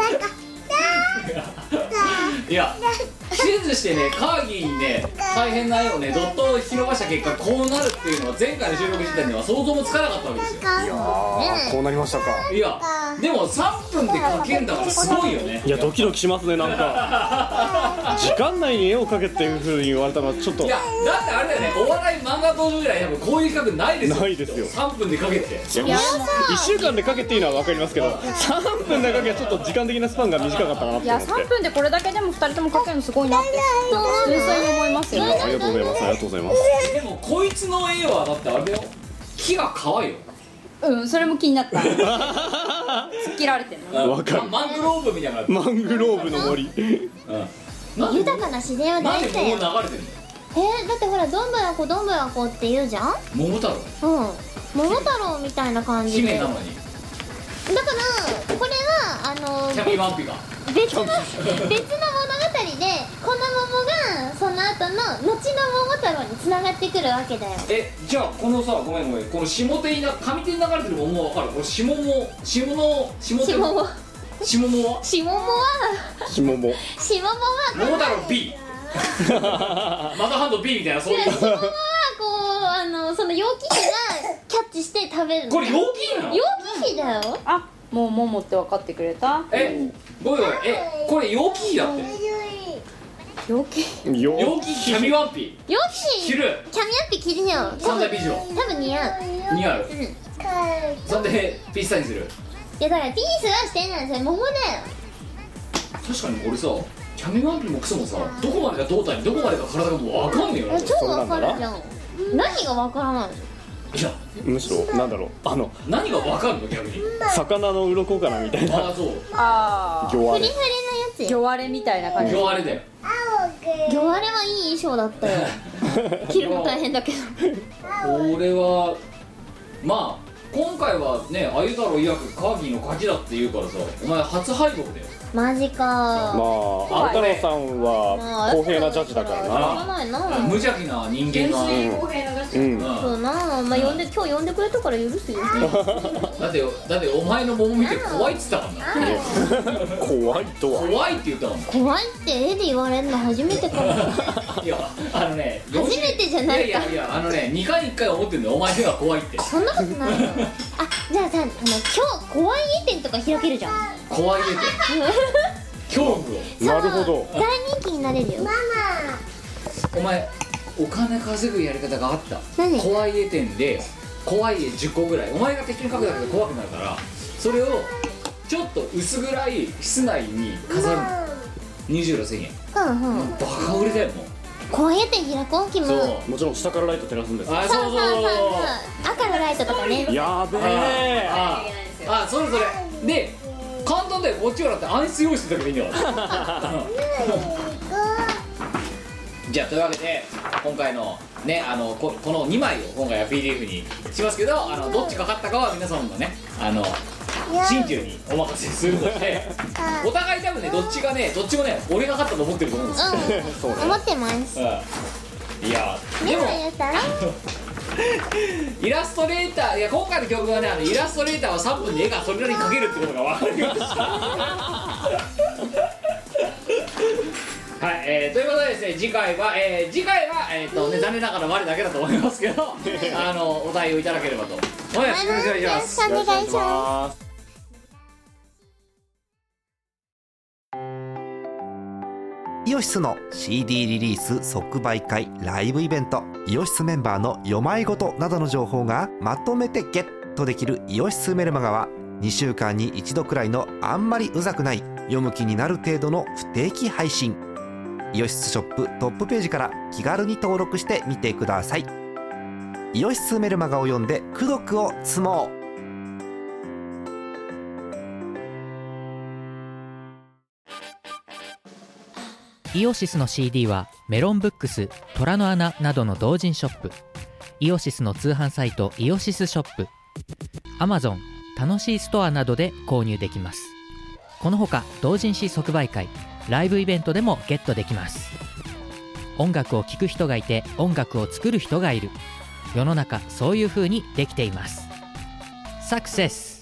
いや手術してね、カーギーにね大変な絵をねドットを引き伸ばした結果こうなるっていうのは前回の収録時点では想像もつかなかったわけですよ。 いやーこうなりましたか。 いやでも3分で描けんだからすごいよね。 いやドキドキしますねなんか。 時間内に絵を描けっていう風に言われたのはちょっといやだってあれだよね、お笑い漫画道場ぐらい多分こういう企画ないですよ。 ないですよ 3分でかけて。 いや1週間で描けっていうのは分かりますけど、3分で描けはちょっと時間的なスパンが短かったかなっていや思って。 3分でこれだけでも2人とも描けるのすごいなって純粋に思いますよ。 ありがとうございます、ありがとうございます。 でもこいつの絵はだってあれだよ、木が可愛いよ。 うんそれも気になった突っ切られてるの。 わかる。 マングローブみたいな。 マングローブの森。 なんで豊かな自然をなんで大事だよ。 桃流れてるの？ だってほらどんぶらこどんぶらこって言うじゃん。 桃太郎桃太郎みたいな感じで。だか姫なのにらこれはキャミワンピが別の物語でこの桃がその後の後の桃太郎に繋がってくるわけだよ。 じゃあこのさ、ごめんこの下手に上手に流れてる桃は分かる？これ下桃は下桃は下桃桃太郎 B マザーハンド B みたいな、そういう下桃はこうその陽気比がキャッチして食べるの。 これ陽気なの？ 陽気比だよ。 あもうももって分かってくれた。 ごめんこれ陽気だって。 陽気陽気キャミワンピ陽気着るキャミアッピ着るよ。 三大美女多分似合う。 似合う。そんでピッサにする。 いやだからピースはしてないんですよ。桃だよ。 確かに俺さ、キャミワンピもクソもさ、どこまでが胴体どこまでが体がもう分かんねえよな。 超わかるじゃん。何がわからないの？ いやむしろなんだろう、 何が分かるの逆に。 魚の鱗かなみたいな。 ああそうあ魚あれフリフリのやつよ。 魚割れみたいな感じ。 今日あれだよ。 魚あれはいい衣装だったよ。着るの大変だけど。 俺はまあ今回はね、あゆ太郎曰くカーギーの勝ちだって言うからさ、お前初敗北だよ。 マジか。 まああ太郎さんは公平なジャッジだからしょうがな。 ないな。 無邪気な人間純が、 粋公平な出しうんそうな。まあ今日呼んでくれたから許すよ。 だってお前の桃見て怖いっつったからな。 怖いとは。 怖いって言ったもん。 怖いって絵で言われるの初めてかも。 いや初めてじゃないか。 いや2回に1回思ってんだよ、お前が怖いって。 そんなことないよ。あ、じゃあさ、今日怖い絵展とか開けるじゃん。 怖い絵って恐怖を。 なるほど。 大人気になれるよ。 お前お金稼ぐやり方があった。 何？ 怖い絵展で怖い絵10個ぐらい、お前が適当に描くだけで怖くなるから、それをちょっと薄暗い室内に飾るの。20の1000円。 うんうん。 バカ売れだよもう。 怖い絵展開こうキム。 そうもちろん下からライト照らすんですよ。 あ、 そう赤のライトとかね。 やべえ。 それで簡単だよ。こっちはだって暗室用意してたけどいいんだからじゃあというわけで今回のねこの2枚を今回は PDF にしますけど、どっちが勝ったかは皆さんのね心中にお任せするので、お互い多分ねどっちもね俺が勝ったと思ってると思うんですよ。 思ってます。 いやでもイラストレーター、いや今回の曲はねイラストレーターは3分で絵がそれなりに描けるってことが分かりましたはい、ということでですね、次回はね、残念ながら我だけだと思いますけどお題をいただければと思います。よろしくお願いします。 お願いします。 イオシスの CD リリース即売会ライブイベント、イオシスメンバーの読まいごとなどの情報がまとめてゲットできるイオシスメルマガは2週間に1度くらいのあんまりうざくない読む気になる程度の不定期配信。イオシスショップトップページから気軽に登録してみてください。イオシスメルマガを読んで功徳を積もう。 イオシスの CD はメロンブックス、虎の穴などの同人ショップ、イオシスの通販サイトイオシスショップ、Amazon、楽しいストアなどで購入できます。このほか同人誌即売会、ライブイベントでもゲットできます。音楽を聴く人がいて音楽を作る人がいる。世の中そういう風にできています。サクセス。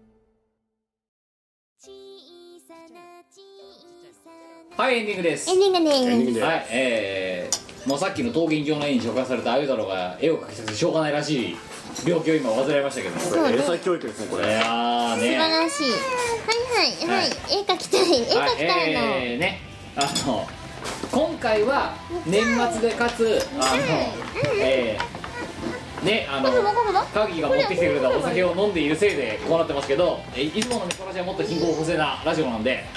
はい、エンディングです。 エンディングね。 はい、もうさっきの桃源郷の絵に紹介されたあゆ太郎が絵を描きさせてしょうがないらしい病気を今患いましたけど、 そうね。 英才教育ですねこれ。 いやー素晴ね、 らしい。はいはいはい。絵描きたい。絵描きたいの。 ね、 今回は年末でかつカギが持ってきてくれたお酒を飲んでいるせいでこうなってますけど、いつものネコラジはもっと貧乏補正なラジオなんで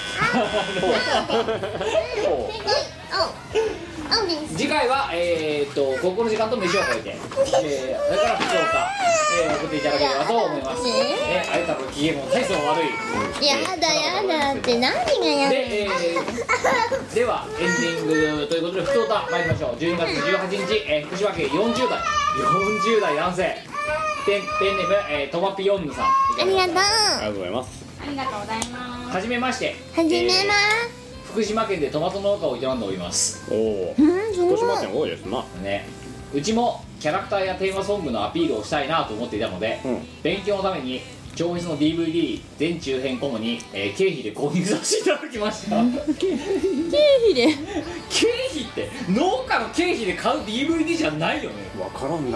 次回はここの時間と飯を超えて、それから福岡、送っていただければと思います。あれたら機嫌も大層悪い。 やだって何がやだ。 ではエンディングということで福岡参りましょう。12月18日、福島県40代男性ペンネーム、トマピヨンヌさん、 ありがとう。 ありがとうございます。 ありがとうございます。 はじめまして。 はじめま福島県でトマト農家を営んでおります。 おお、福島県多いですな。 ね、うちもキャラクターやテーマソングのアピールをしたいなと思っていたので、勉強のために超越の DVD 全中編コムに、経費で購入させていただきました。 経費で経費って農家の経費で買う DVD じゃないよね。 わからんな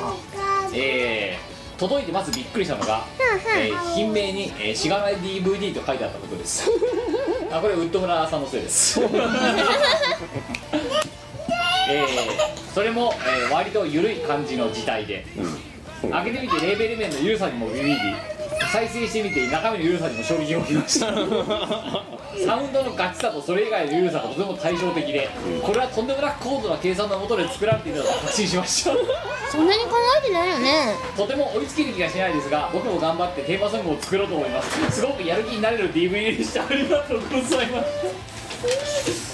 届いてまずびっくりしたのが、品名に、しがない DVD と書いてあったことです。これウッド村さんのせいです。それも、割と緩い感じの字体で、開けてみてレーベル面の緩さにもビビり、再生してみて中身の緩さにも衝撃を受けました。サウンドのガチさとそれ以外の緩さがとても対照的で、これはとんでもなく高度な計算のもとで作られているのと確信しました。 そんなに考えてないよね。 とても追いつける気がしないですが、僕も頑張ってテーマソングを作ろうと思います。すごくやる気になれる DVD でした。ありがとうございます。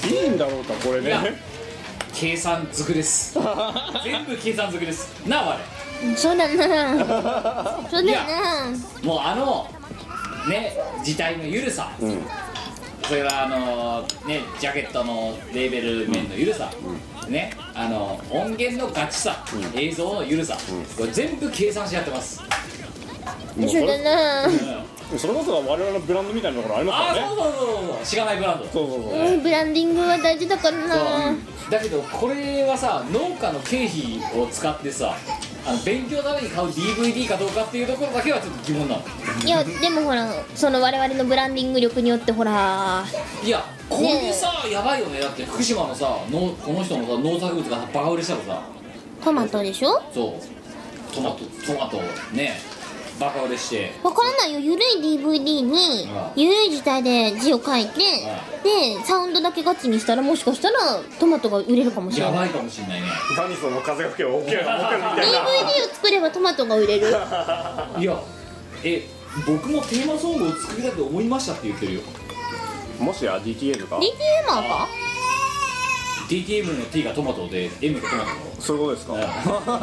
いいんだろうかこれね。 計算づくです。全部計算づくですなあ。 そうだなそうだな。 もうね字体の緩さ、それからジャケットのレーベル面の緩さ、ね、音源のガチさ、映像の緩さ、これ全部計算してやってます。 そうだな。 それこそ我々のブランドみたいなところありますからね。 そうしがないブランド。 そうブランディングは大事だからな。 だけどこれはさ、農家の経費を使ってさ、勉強のために買う DVD かどうかっていうところだけはちょっと疑問なの。 いやでもほら、その我々のブランディング力によってほら、 いやこれさ、やばいよね。だって福島のさこの人のさ農作物がバカ売れしたらさ、 トマトでしょ。 そうトマトねバカ売れして、 わからないよ。ゆるい DVD にゆるい字体で字を書いて、でサウンドだけガチにしたら、もしかしたらトマトが売れるかもしれない。 やばいかもしれないね。 何その風が吹けば OK みたいな。 DVD を作ればトマトが売れる。 いや僕もテーマソングを作りたいと思いましたって言ってるよ。 もしや DTM か DTM か。 DTM の T がトマトで M がトマトの、 そういうことですか。 M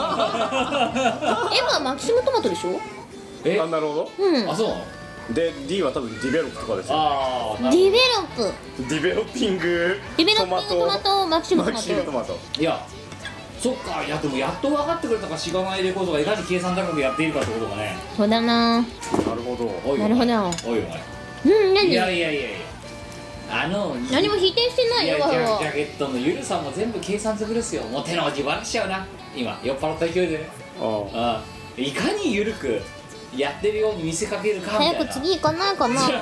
はマキシムトマトでしょ。 あ、なるほど。 あ、そうなの。 で D は多分ディベロップとかですよ。 ああ、 ディベロップディベロッピングトマトマキシムトマト。 いやそっか。いやでもやっと分かってくれたか、しがないレコードがいかに計算高くやっているかってことがね。 そうだな。 なるほど。 なるほど。 おいお前。 何。 いや何も否定してないよ。 ジャケットのゆるさも全部計算づくですよ。もう手の内バラしちゃうな今、酔っ払った勢いでね。いかにゆるくやってるように見せかけるかみたいな。 早く次行かないかな。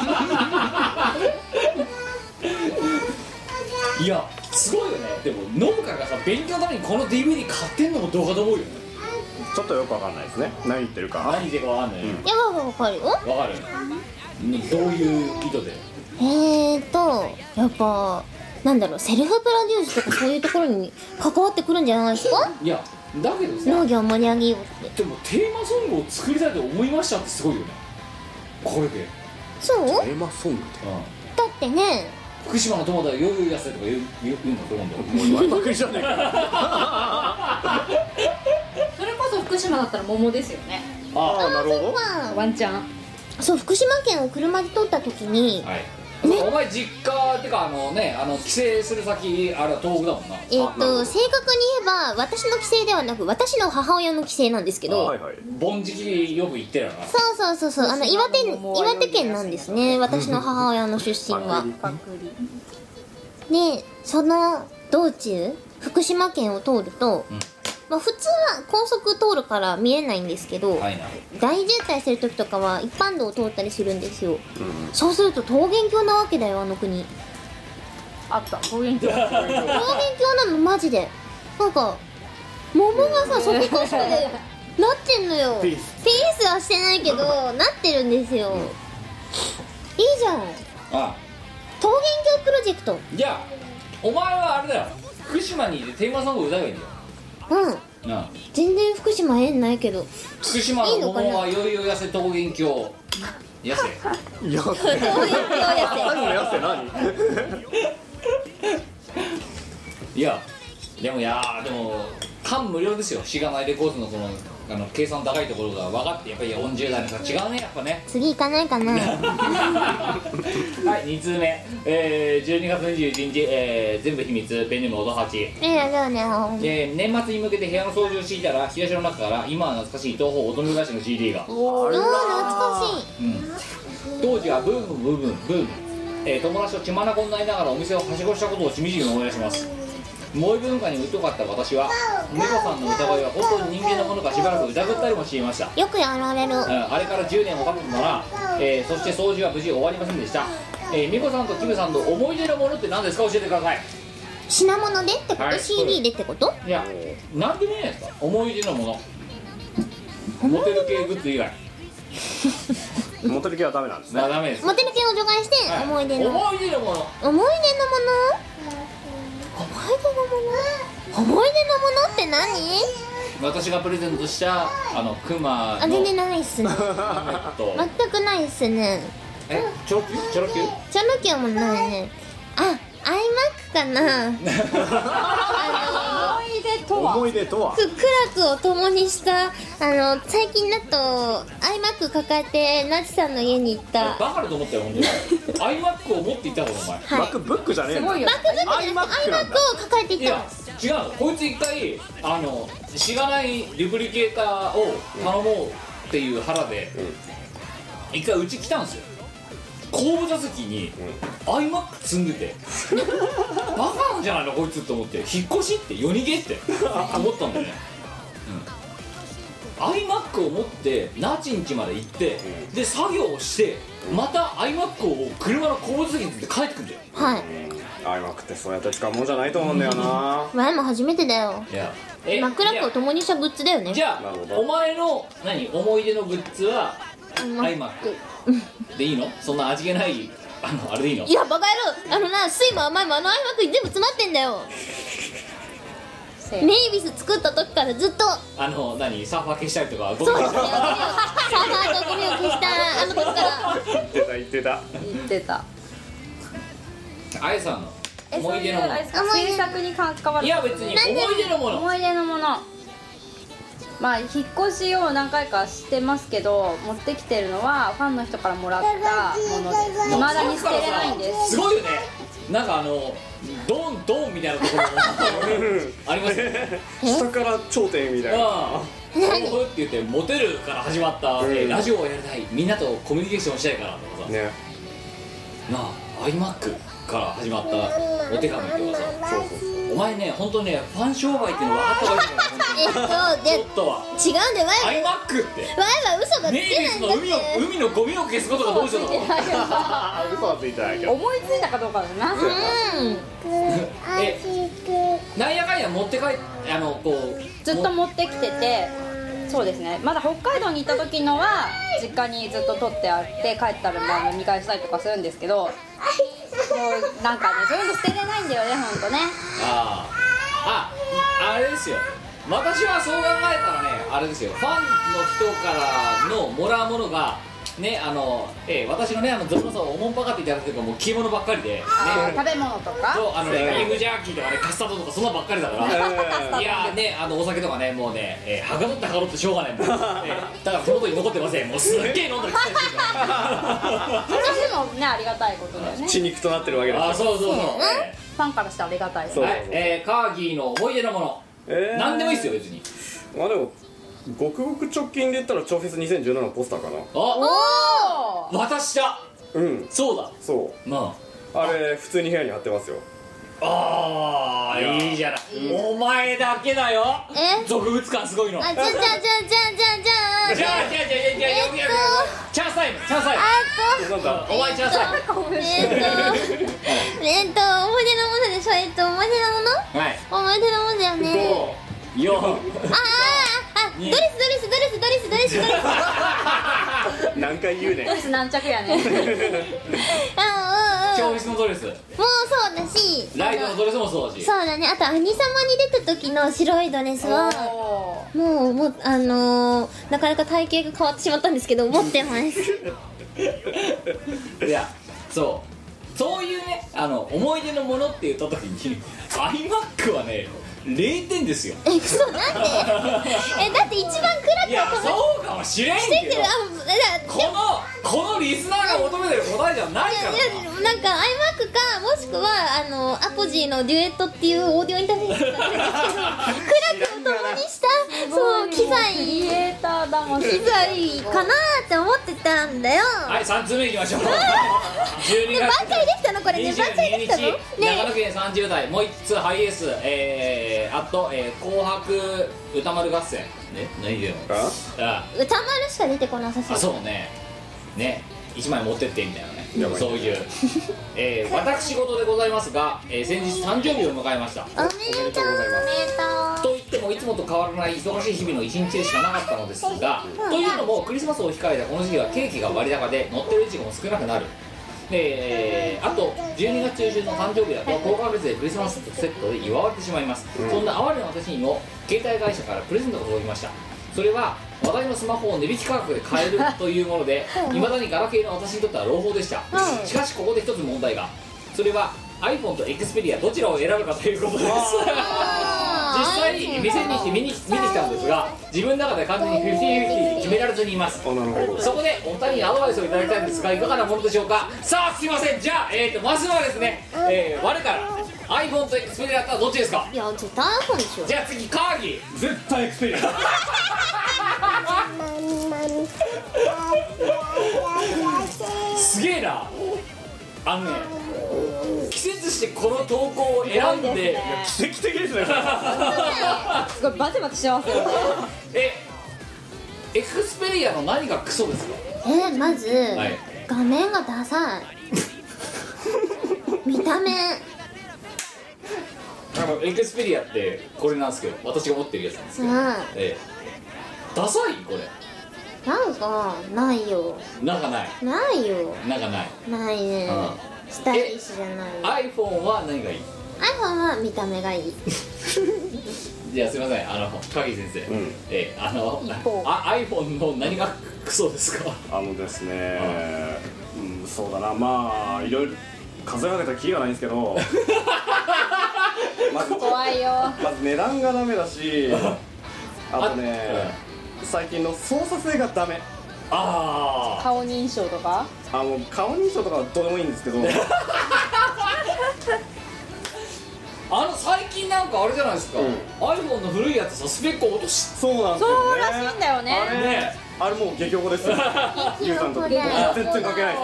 いやすごいよね。でも農家がさ、勉強のためにこの DVD 買ってんのもどうかと思うよね。 ちょっとよくわかんないですね。何言ってるか。 何言ってるかわかんない。 いやわかるよ。 わかる。どういう意図で。 やっぱなんだろう、セルフプロデュースとかそういうところに関わってくるんじゃないですか。 いやだけどさ、 農業を盛り上げようって。 でもテーマソングを作りたいと思いましたってすごいよね、これで。 そうテーマソングってだってね、 福島の友達はようやせとか言うのと思うんだよ。 もう言わればっかりじゃねえか。 それこそ福島だったら桃ですよね。 ああ、なるほど。 ワンチャン。 そう、福島県を車で通った時に、 はい。お前実家ってか帰省する先あれは東北だもんな。 正確に言えば私の帰省ではなく私の母親の帰省なんですけど、 盆時期よく行ってるよな。 そう岩手県なんですね、私の母親の出身は。でその道中福島県を通ると、普通は高速通るから見えないんですけど、大渋滞してる時とかは一般道を通ったりするんですよ。そうすると桃源郷なわけだよ、あの国。 あった桃源郷桃源郷なのマジで。なんか桃がさそこかしくでなってんのよ。 ピーピースはしてないけどなってるんですよ。いいじゃん。 あ桃源郷プロジェクト。 じゃあお前はあれだよ、福島にいてテーマソング歌えばいいんだようん。 なあ。 全然福島縁ないけど。 福島の桃はよいよ痩せ桃源郷痩せいや桃源郷や何のやつって何いやでもでも感無量ですよ。しがないレコードのこの計算高いところが分かって、やっぱり40代の人は違うね、やっぱね。 次行かないかな。 はい、2通目、12月21日、全部秘密ペンネームおどはち。 だね。 年末に向けて部屋の掃除をしていたら、引き出しの中から今は懐かしい東宝乙女返しの CD が、 懐かしい。 当時はブームブームブーム、友達と血眼になりながらお店をはしごしたことをしみじみ思い出します。萌え文化に疎かった私は美子さんの歌声は本当に人間のものかしばらく疑ったりもしていました。 よくやられる。 あれから10年も経つのな、そして掃除は無事終わりませんでした。美子さんとキムさんの思い出のものって何ですか、教えてください。 品物でってこと、 はい CD でってこと？ いや、なんでもいいじゃないですか、思い出のもの。モテる系グッズ以外モテる系はダメなんですね。 ダメです。 モテる系を除外して、思い出の思い出のもの。 思い出のものって何？ 私がプレゼントしたクマの全然ないっすね。 と全くないっすね。 チョロ Q？ チョロ Q？ チョロ Q もないね。iMac かな。 思い出とは思い出とは苦楽を共にした最近だと iMac 抱えてナチさんの家に行ったバカだと思ったよ、本当に。iMac を持っていったことお前。 はい MacBook じゃねえんだすごいよ MacBook じゃなくて iMac なんだ iMac を抱えていいやったの。 違うの、こいつ一回しがないリプリケーターを頼もうっていう腹で一回うち来たんですよ。後部座席に iMac 積んでてバカなんじゃないのこいつって思って、引っ越しって夜逃げって思ったんだよね、iMac を持ってナチん家まで行って、で作業をしてまた iMac を車の後部座席に積んで帰ってくんだよ。 はい。 iMac ってそうやって使うもんじゃないと思うんだよな。 前も初めてだよ。 いや枕楽を共にしたグッズだよね。 じゃあなるほどお前の思い出のグッズは iMac でいいの？そんな味気ないあれでいいの？ いやバカ野郎、酸いも甘いもiMac に全部詰まってんだよ。メイビス作った時からずっとサーファー消したりとかゴミそうですね。 消したりとかサーファーとゴミを消した時から言ってた言ってた。 あやさんの思い出のもの。 制作に関わる。 いや別に思い出のもの。 思い出のもの、まあ引っ越しを何回かしてますけど、持ってきてるのはファンの人からもらったもので、未だに捨てれないんです。 すごいよね。なんかドンドンみたいなところもありますよね。 下から頂点みたいな。 何って言ってモテるから始まった、ラジオをやりたい、みんなとコミュニケーションしたいからとかさ、 ね。 なあ iMac から始まったお手紙とかさ、 そうそうそう。 お前ね本当ねファン商売っていうのはあった方がいいと思う。 でちょっとは違うんでワイ iMac っては嘘がつネイビスのけないんだって。 海のゴミを消すことがどうしようとか嘘はついてないけど。 思いついたかどうかだな。 なんやかんや持って帰っこうずっと持ってきてて、そうですね、まだ北海道に行った時のは実家にずっと取ってあって帰ったら飲み会したりとかするんですけど、もうなんかねそういうの捨てれないんだよね、ほんとね。 あれですよ、私はそう考えたらね、あれですよ、ファンの人からのもらうものがね、私のねゾロさんをおもんぱかっていただくというか、もう着物ばっかりで、ね、 食べ物とかそうビーフジャーキーとかね、カスタードとかそんなばっかりだからいやーね、お酒とかね、もうね、はかどってはかどってしょうがないもん、だから手元に残ってません。もうすっげえ飲んだりしたりしてるからそれでもねありがたいことだよね。 血肉となってるわけですよ。 そうそうそう、 ファンからしてありがたいですそうね。 はい、カーギーの思い出のもの、何でもいいっすよ別に。 まあでもごくごく直近で言ったら超フェス2017のポスターかな。 あ、私だ。 うんそうだ。 そうまあれ普通に部屋に貼ってますよ。 いいじゃない、お前だけだよ。俗物感すごいの。 じゃんじゃんじゃんじゃんじゃんじゃじゃあチャンスタイムなんだお前チャンスタイム思い出のものでしょ。思い出のものはい思い出のものだよね。 5、4 ドレス何回言うねんドレス何着やね教室のドレス、 もうそうだし、 ライトのドレスもそうだし、 そうだね。あと兄様に出た時の白いドレスはもうなかなか体型が変わってしまったんですけど持ってます。 いやそういうね思い出のものって言った時にiMac はね0点ですよ。 嘘なんでだって一番暗いやくそうかもしれんけどこのリスナーが求めてる答えじゃないからなんか iMac かもしくはアポジーのデュエットっていうオーディオインターフェースがあるんですけど暗くを共にしたそう機クリエイター魂材かなって思ってたんだよ。 はい3通目いきましょう。12 ね、挽回できたのこれね、挽回で 22 きたの日、長野ね。 県30代もう1つハイエース紅白歌丸合戦ね何言うの歌丸しか出てこなさそう。 そうね1枚持ってってみたいなねやばいそういう私事でございますが、先日誕生日を迎えました。 おめでとうございます。 と言ってもいつもと変わらない忙しい日々の一日でしかなかったのですが、というのもクリスマスを控えたこの時期はケーキが割高で乗ってるイチゴも少なくなる。であと12月中旬の誕生日だと高確率でクリスマスとセットで祝われてしまいます。そんな哀れな私にも携帯会社からプレゼントが届きました。それは話題のスマホを値引き価格で買えるというものでいまだにガラケーの私にとっては朗報でした。しかしここで一つ問題が。それは iPhone と Xperia どちらを選ぶかということです。実際店に来て見に来たんですが自分の中で完全に 50-50 決められずにいます。そこでお二人にアドバイスをいただきたいんですがいかがなものでしょうか。さあすいません。じゃあまずはですね、我から iPhone と Xperia だったらどっちですか。 いや絶対 iPhone でしょ。 じゃあ次カーギー絶対 Xperia すげえな。季節してこの投稿を選んで奇跡的ですねすごいバテバテしてますよね。 エクスペリアの何がクソですか。 まず、 はい画面がダサい見た目エクスペリアってこれなんですけど私が持ってるやつなんですけど、ダサいこれなんかないよ。 なんかないないよ。 なんかないないね。スタイリッシュじゃない。 iPhone は何がいい。 iPhone は見た目がいい。 じゃあすいません鍵先生、iPhone の何がクソですか。 ですねそうだなまあいろいろ数え上げたらキリがないんですけど怖いよ。 まず値段がダメだしあとね最近の操作性がダメ。 顔認証とか顔認証とかはどうでもいいんですけど最近なんかあれじゃないですか、iPhone の古いやつさスペック落としそうなんですよね。 そうらしいんだよね。 あれもう激おこですよゆうさんと全然関係ない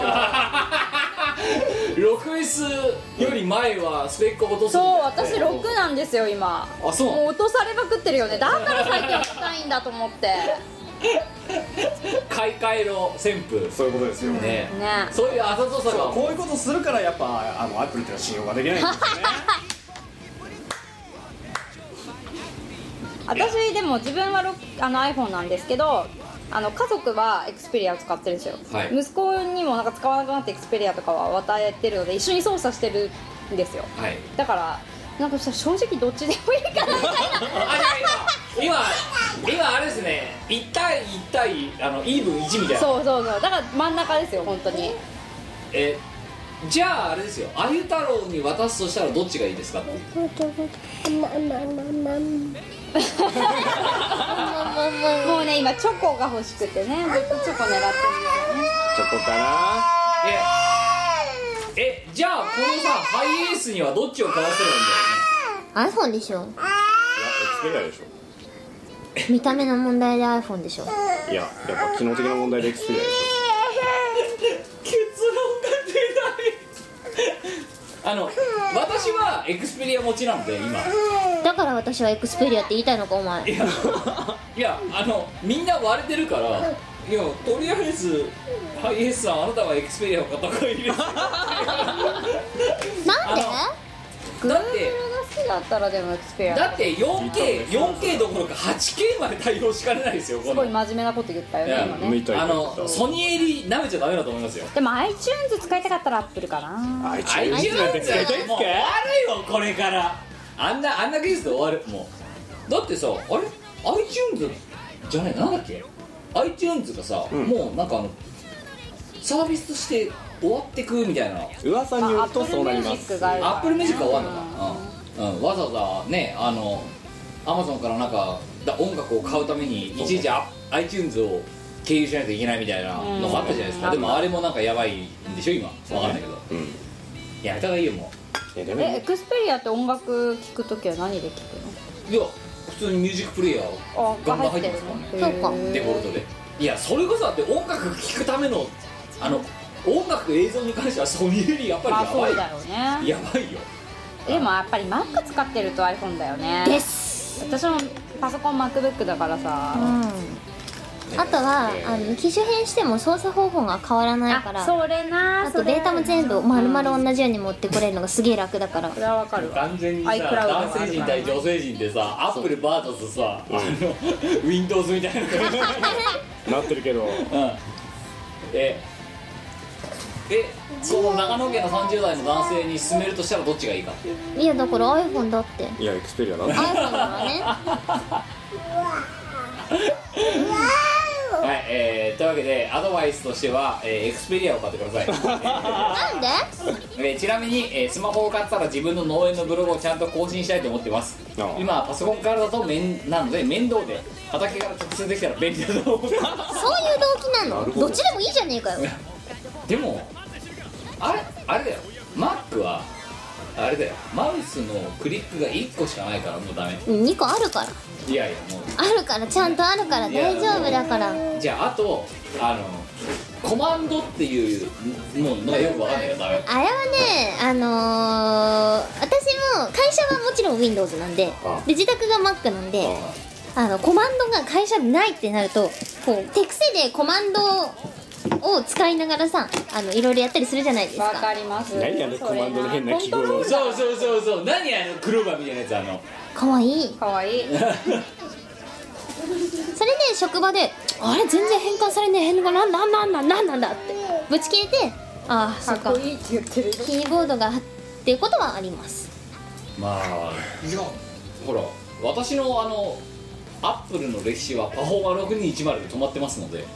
ですけど 6S より前はスペック落とすみたいそうな。 私6なんですよ今。 そうもう落とされまくってるよね。だから最近高いんだと思って買い替えの旋風そういうことですよね。そういうあざとさがこういうことするからやっぱアップルっていうのは信用ができないんですよね私でも自分はiPhone なんですけど家族は Xperia を使ってるんですよ、息子にもなんか使わなくなって Xperia とかは渡えてるので一緒に操作してるんですよ、だからなんか正直どっちでもいいかなみたいな今あれですね1対1対イーブン1みたいな。 そうだから真ん中ですよ本当に。 じゃああれですよあゆ太郎に渡すとしたらどっちがいいですかって。 もうね今チョコが欲しくてねずっとチョコ狙ってるんですよね。 チョコかな。 じゃあこのさハイエースにはどっちを買わせればいいんだよね。 iPhone でしょ。 いや Xperia でしょ。 見た目の問題で iPhone でしょ。 いややっぱ機能的な問題で Xperia でしょ。 結論が出ない私はエクスペリア持ちなので今だから私はエクスペリアって言いたいのかお前。 いやみんな割れてるから、いやとりあえずハイエースさんあなたはエクスペリアを買った方がいいですなんで？ だって好きだったらでもエクスペリアだって 4K どころか 8K まで対応しかねないですよ。 すごい真面目なこと言ったよね今ね。 ソニー襟舐めちゃダメだと思いますよ。 でも iTunes 使いたかったらアップルかな。 iTunes もう終わるよこれから。あんな技術で終わる。もうだってさ、あれ iTunes じゃないなんだっけ iTunes がさ、もうなんかサービスとして終わってくみたいな噂によるとそうなります。 アップルミュージックが終わるのか、わざわざねAmazon からなんか音楽を買うためにいちいち iTunes を経由しないといけないみたいなのがあったじゃないですか。でもあれもなんかやばいんでしょ今。わかんないけど、やめた方がいいよもう。 エクスペリアって音楽聴くときは何で聴くの？ いや普通にミュージックプレイヤーガンガン入ってますからね。 そうか。 デフォルトで。いやそれこそだって音楽聴くための音楽と映像に関してはソニーよりやっぱりやばい。 そうだよね。やばいよ。 でもやっぱり Mac 使ってると iPhone だよね。 です。 私もパソコン MacBook だからさ。 あとは機種変しても操作方法が変わらないから。 それな。 あとデータも全部丸々同じように持ってこれるのがすげえ楽だから。 それはわかるわ。 完全にさ男性陣対女性陣でさアップルバースさWindows みたいななってるけど。 この長野県の30代の男性に勧めるとしたらどっちがいいか。 いやだから iPhone だって。 いやエクスペリアだね。 iPhone ならね。 はい、というわけでアドバイスとしては、エクスペリアを買ってください。 なんで？ ちなみに、スマホを買ったら自分の農園のブログをちゃんと更新したいと思ってます。今パソコンからだとなので面倒で畑から直接できたら便利だと思ってます。 そういう動機なの？どっちでもいいじゃねえかよ。 でもあれだよ Mac はあれだよマウスのクリックが1個しかないからもうダメ。 2個あるから。 いやいやもうあるからちゃんとあるから大丈夫だから。 じゃああとコマンドっていうものがよくわかんないからダメ。 あれはね私も会社はもちろん Windows なんで自宅が Mac なんでコマンドが会社にないってなるとこう手癖でコマンドを使いながらさいろいろやったりするじゃないですか。 わかります。 何コマンドの変な記号。 そう何クローバーみたいなやつかわいい。 かわいい。 それで職場であれ全然変換されねえ変がなんなんだってぶち切れてそうかかっこいいって言ってる。 キーボードがっていうことはあります。 まあいやほら私のアップルの歴史はパフォーマ6210で止まってますので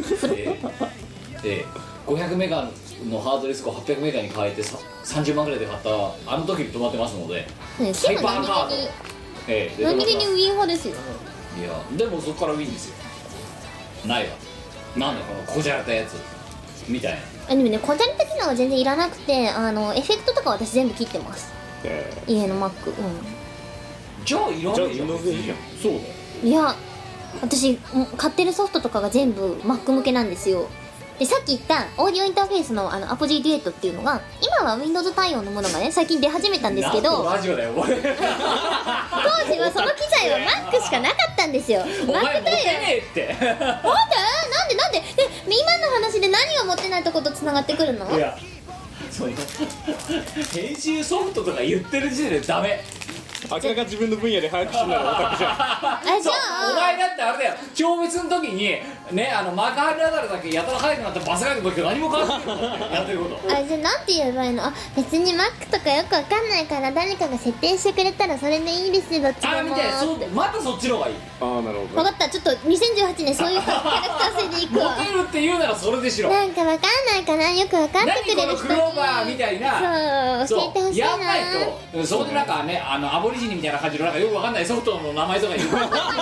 500メガのハードディスクを800メガに変えて30万ぐらいで買った時に止まってますので、 ハイパーカード何気にウィン派ですよ。 いやでもそこからウィンですよ。ないわなんだこのこじゃれたやつみたいな。 でもねこじゃれた機能は全然いらなくてエフェクトとか私全部切ってます、家の Mac。 じゃあいらないじゃん。そうだよ。 いや私買ってるソフトとかが全部 Mac 向けなんですよ。でさっき言ったオーディオインターフェースのアポジーデュエットっていうのが今は Windows 対応のものがね最近出始めたんですけど、 ラジオだよこれ。 当時はその機材は Mac しかなかったんですよ。 Mac お前持てねえって。 なんでで今の話で何が持ってないとことつながってくるの？ いやその編集ソフトとか言ってる時点でダメ。 明らか自分の分野で早く死んだらオタクじゃん。 じゃあお前だってあれだよ超別の時にねマカールラダルだけやたら速くなってバスがいく時何も変わってないやってること。 じゃあなんて言えばいいの？別に Mac とかよくわかんないから誰かが設定してくれたらそれでいいですよどっちでも。 みたいまたそっちの方がいい。 なるほど。 分かったちょっと2018年そういうキャラクター性でいくわ。 モテるって言うならそれでしろ。 なんかわかんないかなよくわかってくれる人に何このクローバーみたいなそう教えてほしいな。 やんないとそこでなんかねアボリジニみたいな感じのなんかよくわかんないソフトの名前とか言う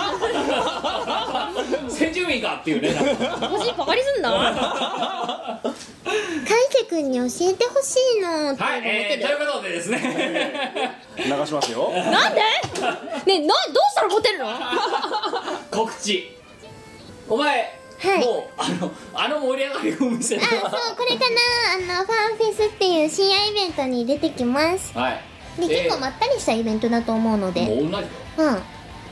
先住民かっていうね。 私バカにすんな。海瀬くんに教えてほしいのって思ってる。 ということでですね流しますよ。 なんで？ねどうしたらモテるの？ 告知お前、はい、もう盛り上がりを見せる。 そうこれかなファンフェスっていう深夜イベンントに出てきます。 はいで、結構まったりしたイベントだと思うので、 もう同じうん、 よ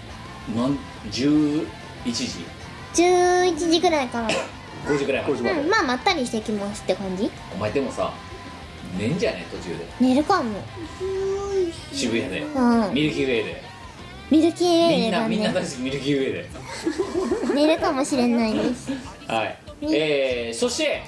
11時 11時ぐらいから 5時ぐらいまでうん、まあまったりしてきますって感じ。 お前でもさ寝んじゃね途中で寝るかも。 渋谷でうん、 ミルキーウェイでミルキーウェイみんなでだね、 大好きミルキーウェイで寝るかもしれないです。 はいそして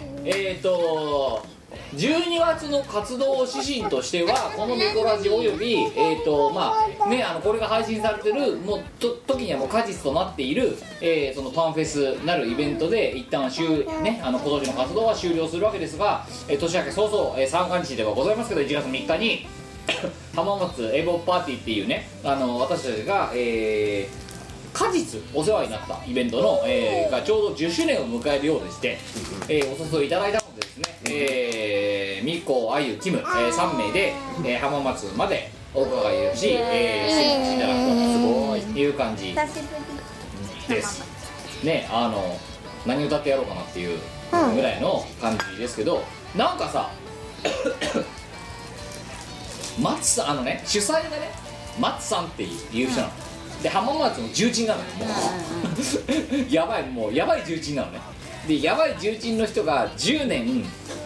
12月の活動指針としてはこのネコラジおよびまあねこれが配信されてるもう時にはもう果実となっているそのパンフェスなるイベントで一旦ね今年の活動は終了するわけですが年明け早々三が日ではございますけど1月3日に浜松エボパーティーっていうね私たちが果実お世話になったイベントの、がちょうど10周年を迎えるようでして、お誘いいただいたのでですね、みこ、あゆ、キム、3名で、浜松までお伺いをし、出演していただくという感じ久しぶですね。何歌ってやろうかなっていうぐらいの感じですけど、なんかさ松さん主催がね松さんっていう人なの、で浜松の重鎮なのよもうやばい重鎮なのね。でやばい重鎮の人が10年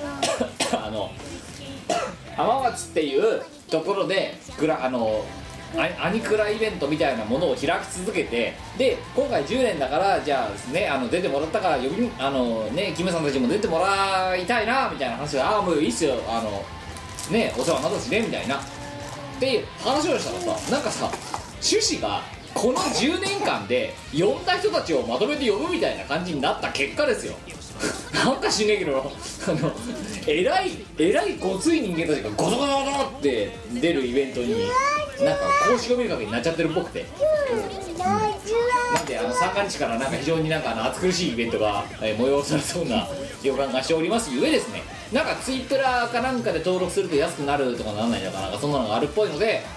浜松っていうところでアニクライベントみたいなものを開き続けて、で今回10年だからじゃあね出てもらったからキムさんたちも出てもらいたいなみたいな話で、もういいっすよお世話になったしねみたいなっていう話をしたらさ、なんかさ趣旨がこの10年間で呼んだ人たちをまとめて呼ぶみたいな感じになった結果ですよなんかしねえけど偉いごつい人間たちがゴソゴソゴソって出るイベントになんか公式呼びかけになっちゃってるっぽくて、なんで三が日からなんか非常に暑苦しいイベントが、催されそうな予感がしておりますゆえですね、なんかツイプラかなんかで登録すると安くなるとかならないのかなんかそんなのがあるっぽいので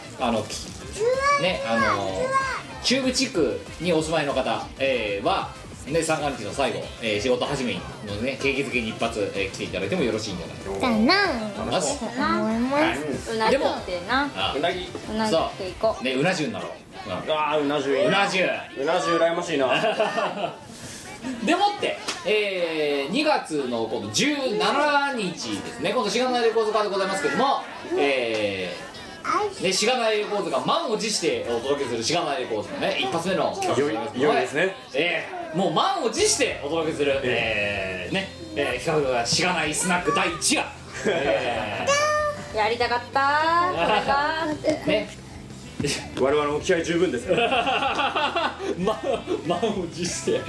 中部地区にお住まいの方、は三が日の最後、仕事始めのね景気づけに一発、来ていただいてもよろしいんじゃないかだなと思います。 思います。 うなぎってなうなぎうなぎっていこう。 ねうな重になろう、 うな重いいうな重羨ましいなでもって、2月の今度17日ですね、今度しがないレコード化でございますけども、しがないレコードが満を持してお届けするしがないレコードのね一発目の企画でございます。 いよいよですね。 もう満を持してお届けする、企画がしがないスナック第1夜、 やりたかったこれがってね我々も気合十分ですから満を持して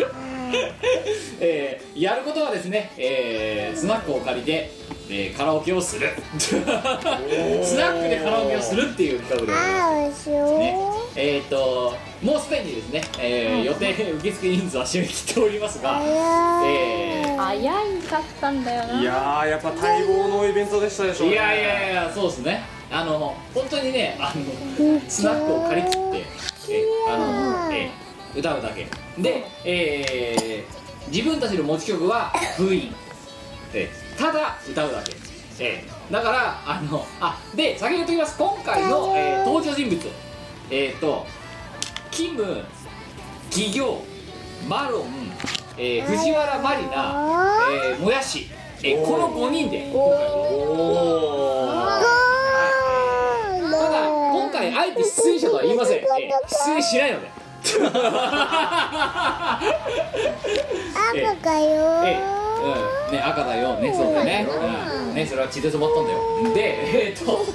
やることはですね、スナックを借りて、カラオケをするスナックでカラオケをするっていう企画でございますね。もうすでにですね、予定受付人数は締め切っておりますが、 早いかったんだよな。 いややっぱ待望のイベントでしたでしょうね。 いやそうですね、本当にねスナックを借り切って歌うだけで、自分たちの持ち曲は封印、ただ歌うだけ、だからで先ほど言っておきます。今回の、登場人物キム、企業、マロン、藤原マリナ、もやし、この5人で今回はただ今回あえて出演者とは言いません、出演しないので赤かよ赤だよね、そうだね、それは血で染まったんだよ。で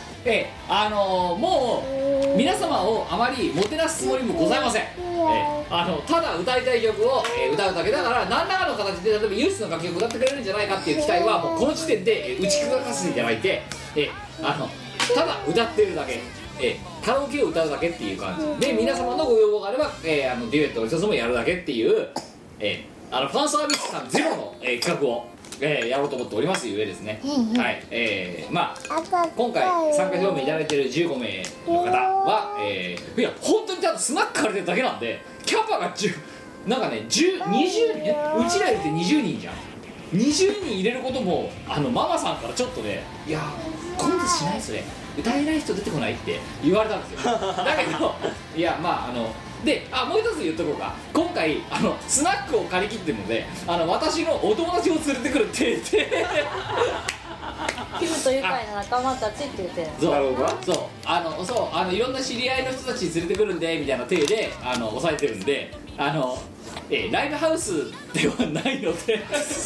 もう皆様をあまりもてなすつもりもございません。ただ歌いたい曲を、歌うだけだから、何らかの形で例えば唯一の楽曲を歌ってくれるんじゃないかっていう期待はもうこの時点で、打ち砕かせていただいて、ただ歌ってるだけ、カラオケを歌うだけっていう感じで、皆様のご要望があれば、デュエットを一つもやるだけっていう、ファンサービス感ゼロの、企画を、やろうと思っておりますゆえですね、はい、今回参加表明いただいている15名の方は、いや本当にただスナック借りてるだけなんで、キャパがなんかね20人、うちら入れて20人じゃん。20人入れることもママさんからちょっとね、いやコンテスしないそれ歌えない人出てこないって言われたんですよだけどいやまあでもう一つ言っとこうか今回スナックを借り切ってるので私のお友達を連れてくるって言ってキムと愉快な仲間たちって言ってる。 そうなるほどそういろんな知り合いの人たち連れてくるんでみたいな体で抑えてるんでライブハウスではないので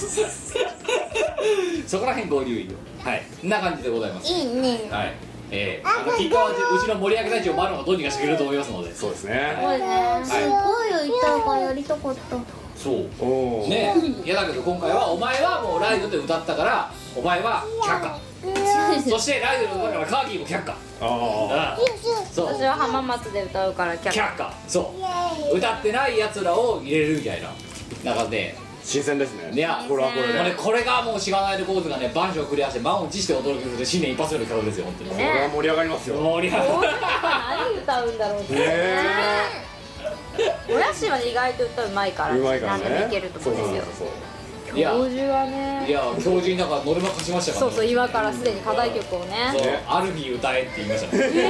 そこら辺ご留意をはいこんな感じでございますいいね。 はいきっとうちの盛り上げ隊長マロがどうにかしてくれると思いますのでそうですね。 すごいね。すごい歌がやりたかった。 そうおお。 ねいやだけど今回はお前はもうライドで歌ったからお前は却下そしてライドで歌ったからカーキーも却下ああ。 そう私は浜松で歌うから却下。 却下そう歌ってないやつらを入れるみたいな中で新鮮ですね。 いやこれはこれで。 これがもうしがないレコードがね万象をクリアして満を持して驚きする新年一発目の曲ですよ本当にこれは盛り上がりますよ。 盛り上がる何歌うんだろうって。 ねおやしは意外と歌うまいからうまいからね。 何でもいけると思うんですよ。 いや教授はねいや教授になんかノルマ課しましたからそうそう今からすでに課題曲をねそうアルビー歌えって言いましたね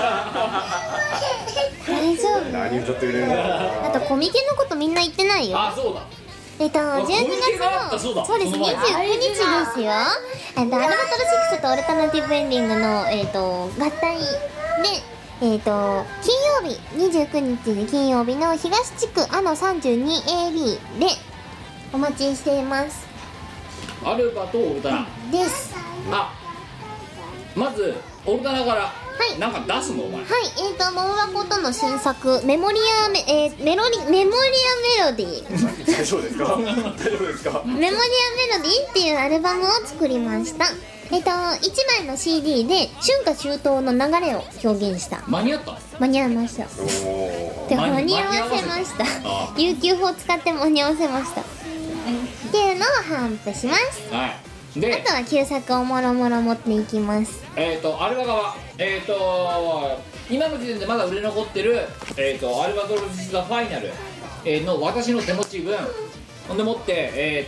大丈夫。 何歌ってくれるんだろうな。 あとコミケのことみんな言ってないよ。 あそうだ 12 コミケがあった月そうだのそうですこの前 29日ですよ。アルバトロ6とオルタナティブエンディングの合体で金曜日29日で金曜日の東地区あの 32AB でお待ちしていますアルバとオルタナです。 まずオルタナからいなんか出すのお前はい桃箱との新作メモリアメロディー大丈夫ですか。大丈夫ですか。 メモリアメロディーっていうアルバムを作りました。1枚の CD で春夏秋冬の流れを表現した間に合った間に合いましたおで間に間に合わせましたあ有給法を使って間に合わせましたっていうのを頒布しますはいあでとは旧作をもろもろ持っていきますアルバ側今の時点でまだ売れ残ってるアルバトロス・ザ・ファイナルの私の手持ち分ほんでもってエ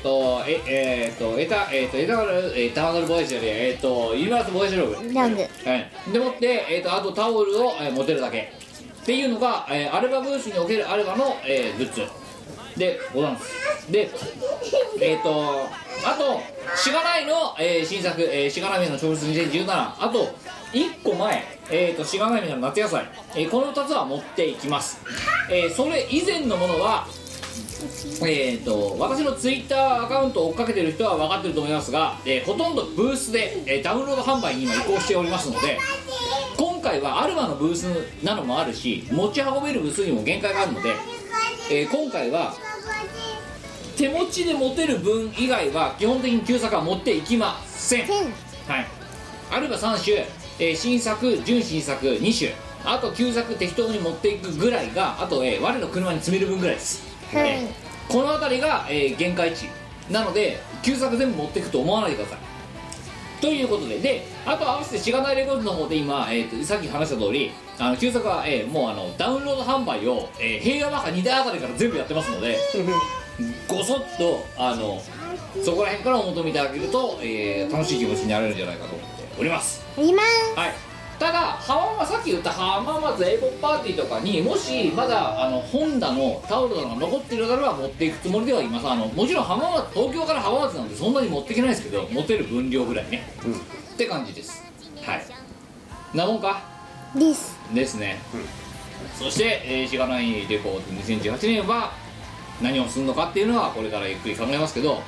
ターナルボヤジャーでユニバースボヤジャーログラグでもってあとタオルを持てるだけっていうのがアルバブースにおけるアルバのグッズでございますであとしがないの新作しがないの超越2017あと1個前しがないの夏野菜この2つは持っていきますそれ以前のものは私のツイッターアカウントを追っかけてる人は分かってると思いますが、ほとんどブースで、ダウンロード販売に今移行しておりますので今回はアルバのブースなのもあるし持ち運べる部数にも限界があるので、今回は手持ちで持てる分以外は基本的に旧作は持っていきません、はい、アルバ3種、新作準新作2種あと旧作適当に持っていくぐらいがあと、我の車に積める分ぐらいですはいこの辺りが、限界値なので旧作全部持っていくと思わないでくださいということであと合わせてしがないレコードの方で今、さっき話した通り旧作は、もうダウンロード販売を、平和バカ2台あたりから全部やってますのでごそっとそこら辺からお求めいただけると、楽しい気持ちになれるんじゃないかと思っておりますありますはいたださっき言った浜松英語パーティーとかにもしまだ本田のタオルとかが残ってるならば持っていくつもりではいますもちろん東京から浜松なんでそんなに持っていけないですけど持てる分量ぐらいね、って感じですはいなもんかですね、そして、しがないレコード2018年は何をするのかっていうのはこれからゆっくり考えますけど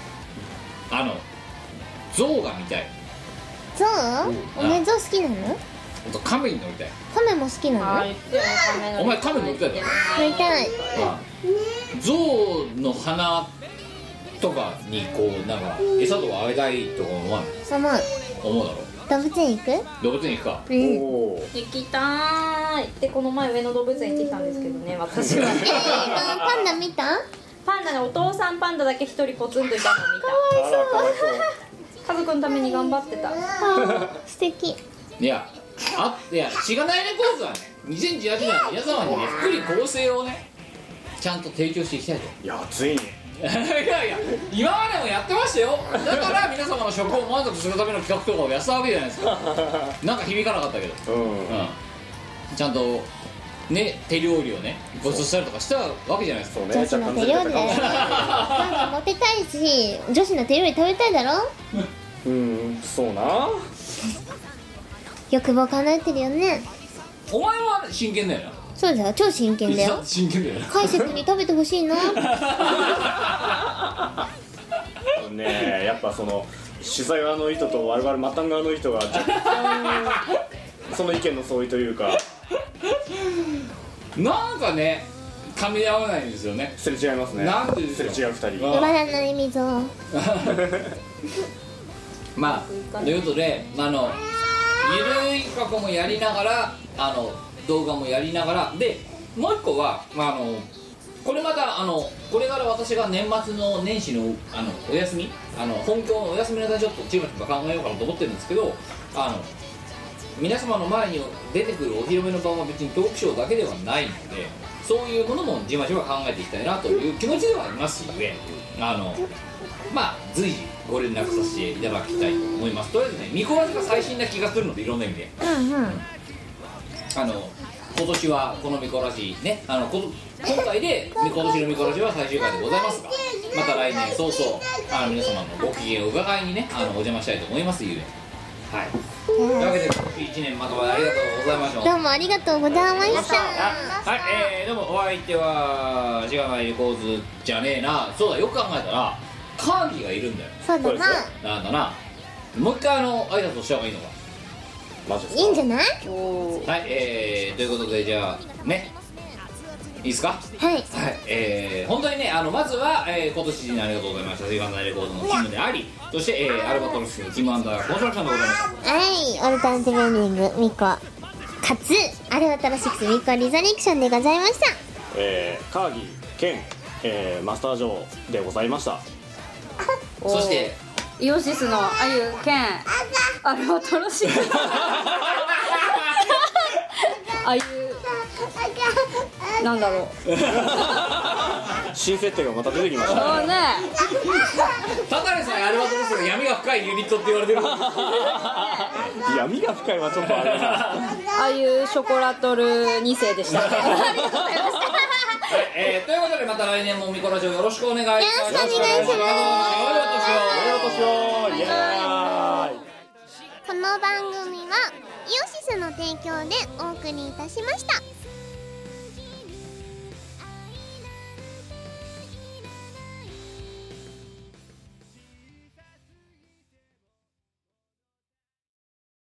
象が見たいゾウお前ゾウ好きなのあと亀に乗りたいカメも好きなのお前亀乗りたいだろ乗りたい象の鼻とかにこうなんか餌とかあげたいとか思わない思うだろ動物園行く動物園行くかおお。 行きたーいでこの前上野動物園行ってきたんですけどね私はパンダ見たパンダねお父さんパンダだけ一人ポツンといたのを見たあらかわいそう。 家族のために頑張ってた素敵いやしがないレコーズはね2018年は皆様にね福利厚生をねちゃんと提供していきたいといやついにいやいや今までもやってましたよ。だから皆様の食を満足するための企画とかをやったわけじゃないですか。なんか響かなかったけど、ちゃんとね手料理をねごちそうしたりとかしたわけじゃないですか。 女子の手料理だよ。なんかモテたいし女子の手料理食べたいだろ。 そうな。 欲望叶えてるよね。 お前は真剣だよな。 そうだよ、超真剣だよ。 真剣だよな。 海瀬君に食べてほしいな。 ねえ、やっぱその主催側の意図と我々末端側の意図が若干その意見の相違というかなんかね噛み合わないんですよね。 すれ違いますね。 なんでですよすれ違う二人。 馬らない溝。 まあということでゆるい過去もやりながら動画もやりながらで、もう一個はこれまたこれから私が年末の年始のお休み本業のお休みの間ちょっとチームとか考えようかなと思ってるんですけど、皆様の前に出てくるお披露目の場は別にトークショーだけではないので、そういうものもじまじま考えていきたいなという気持ちではありますゆえまあ随時ご連絡させていただきたいと思います。とりあえずねミコラジが最新な気がするので、いろんな意味で今年はこのミコラジね今回で今年のミコラジは最終回でございますが、また来年早々皆様のご機嫌を伺いにねお邪魔したいと思いますゆえ。はい、というわけで今年1年またありがとうございました。 どうもありがとうございました。 はい、どうもお相手はしがないレコーズじゃねえな。そうだ、よく考えたらカーギーがいるんだよ。 そうだな。 なんだな。もう一回挨拶をした方がいいのか。 マジですか。 いいんじゃない？ はい、ということでじゃあね、いいですか。 はい。 はい、本当にねまずは、今年1年ありがとうございました。しがないレコードのチームであり、そして、アルバトロスのティムアンダーコンストラクションでございました。 はい、オルタナティブエンディングミコかつアルバトロ6ミコリゾリクションでございました。 カーギー兼、マスター上でございました。 そしてイオシスのあゆ兼アルバトロシあゆなんだろう新設定がまた出てきましたね。 そうね、 ただでさえアルバトロスが闇が深いユニットって言われてる闇が深いはちょっとあれな。 あゆショコラトル2世でしたありがとうございましたということでまた来年もミコラジオよろしくお願いします。 よろしくお願いします。 良いお年を。 イエーイ。 この番組はイオシスの提供でお送りいたしました。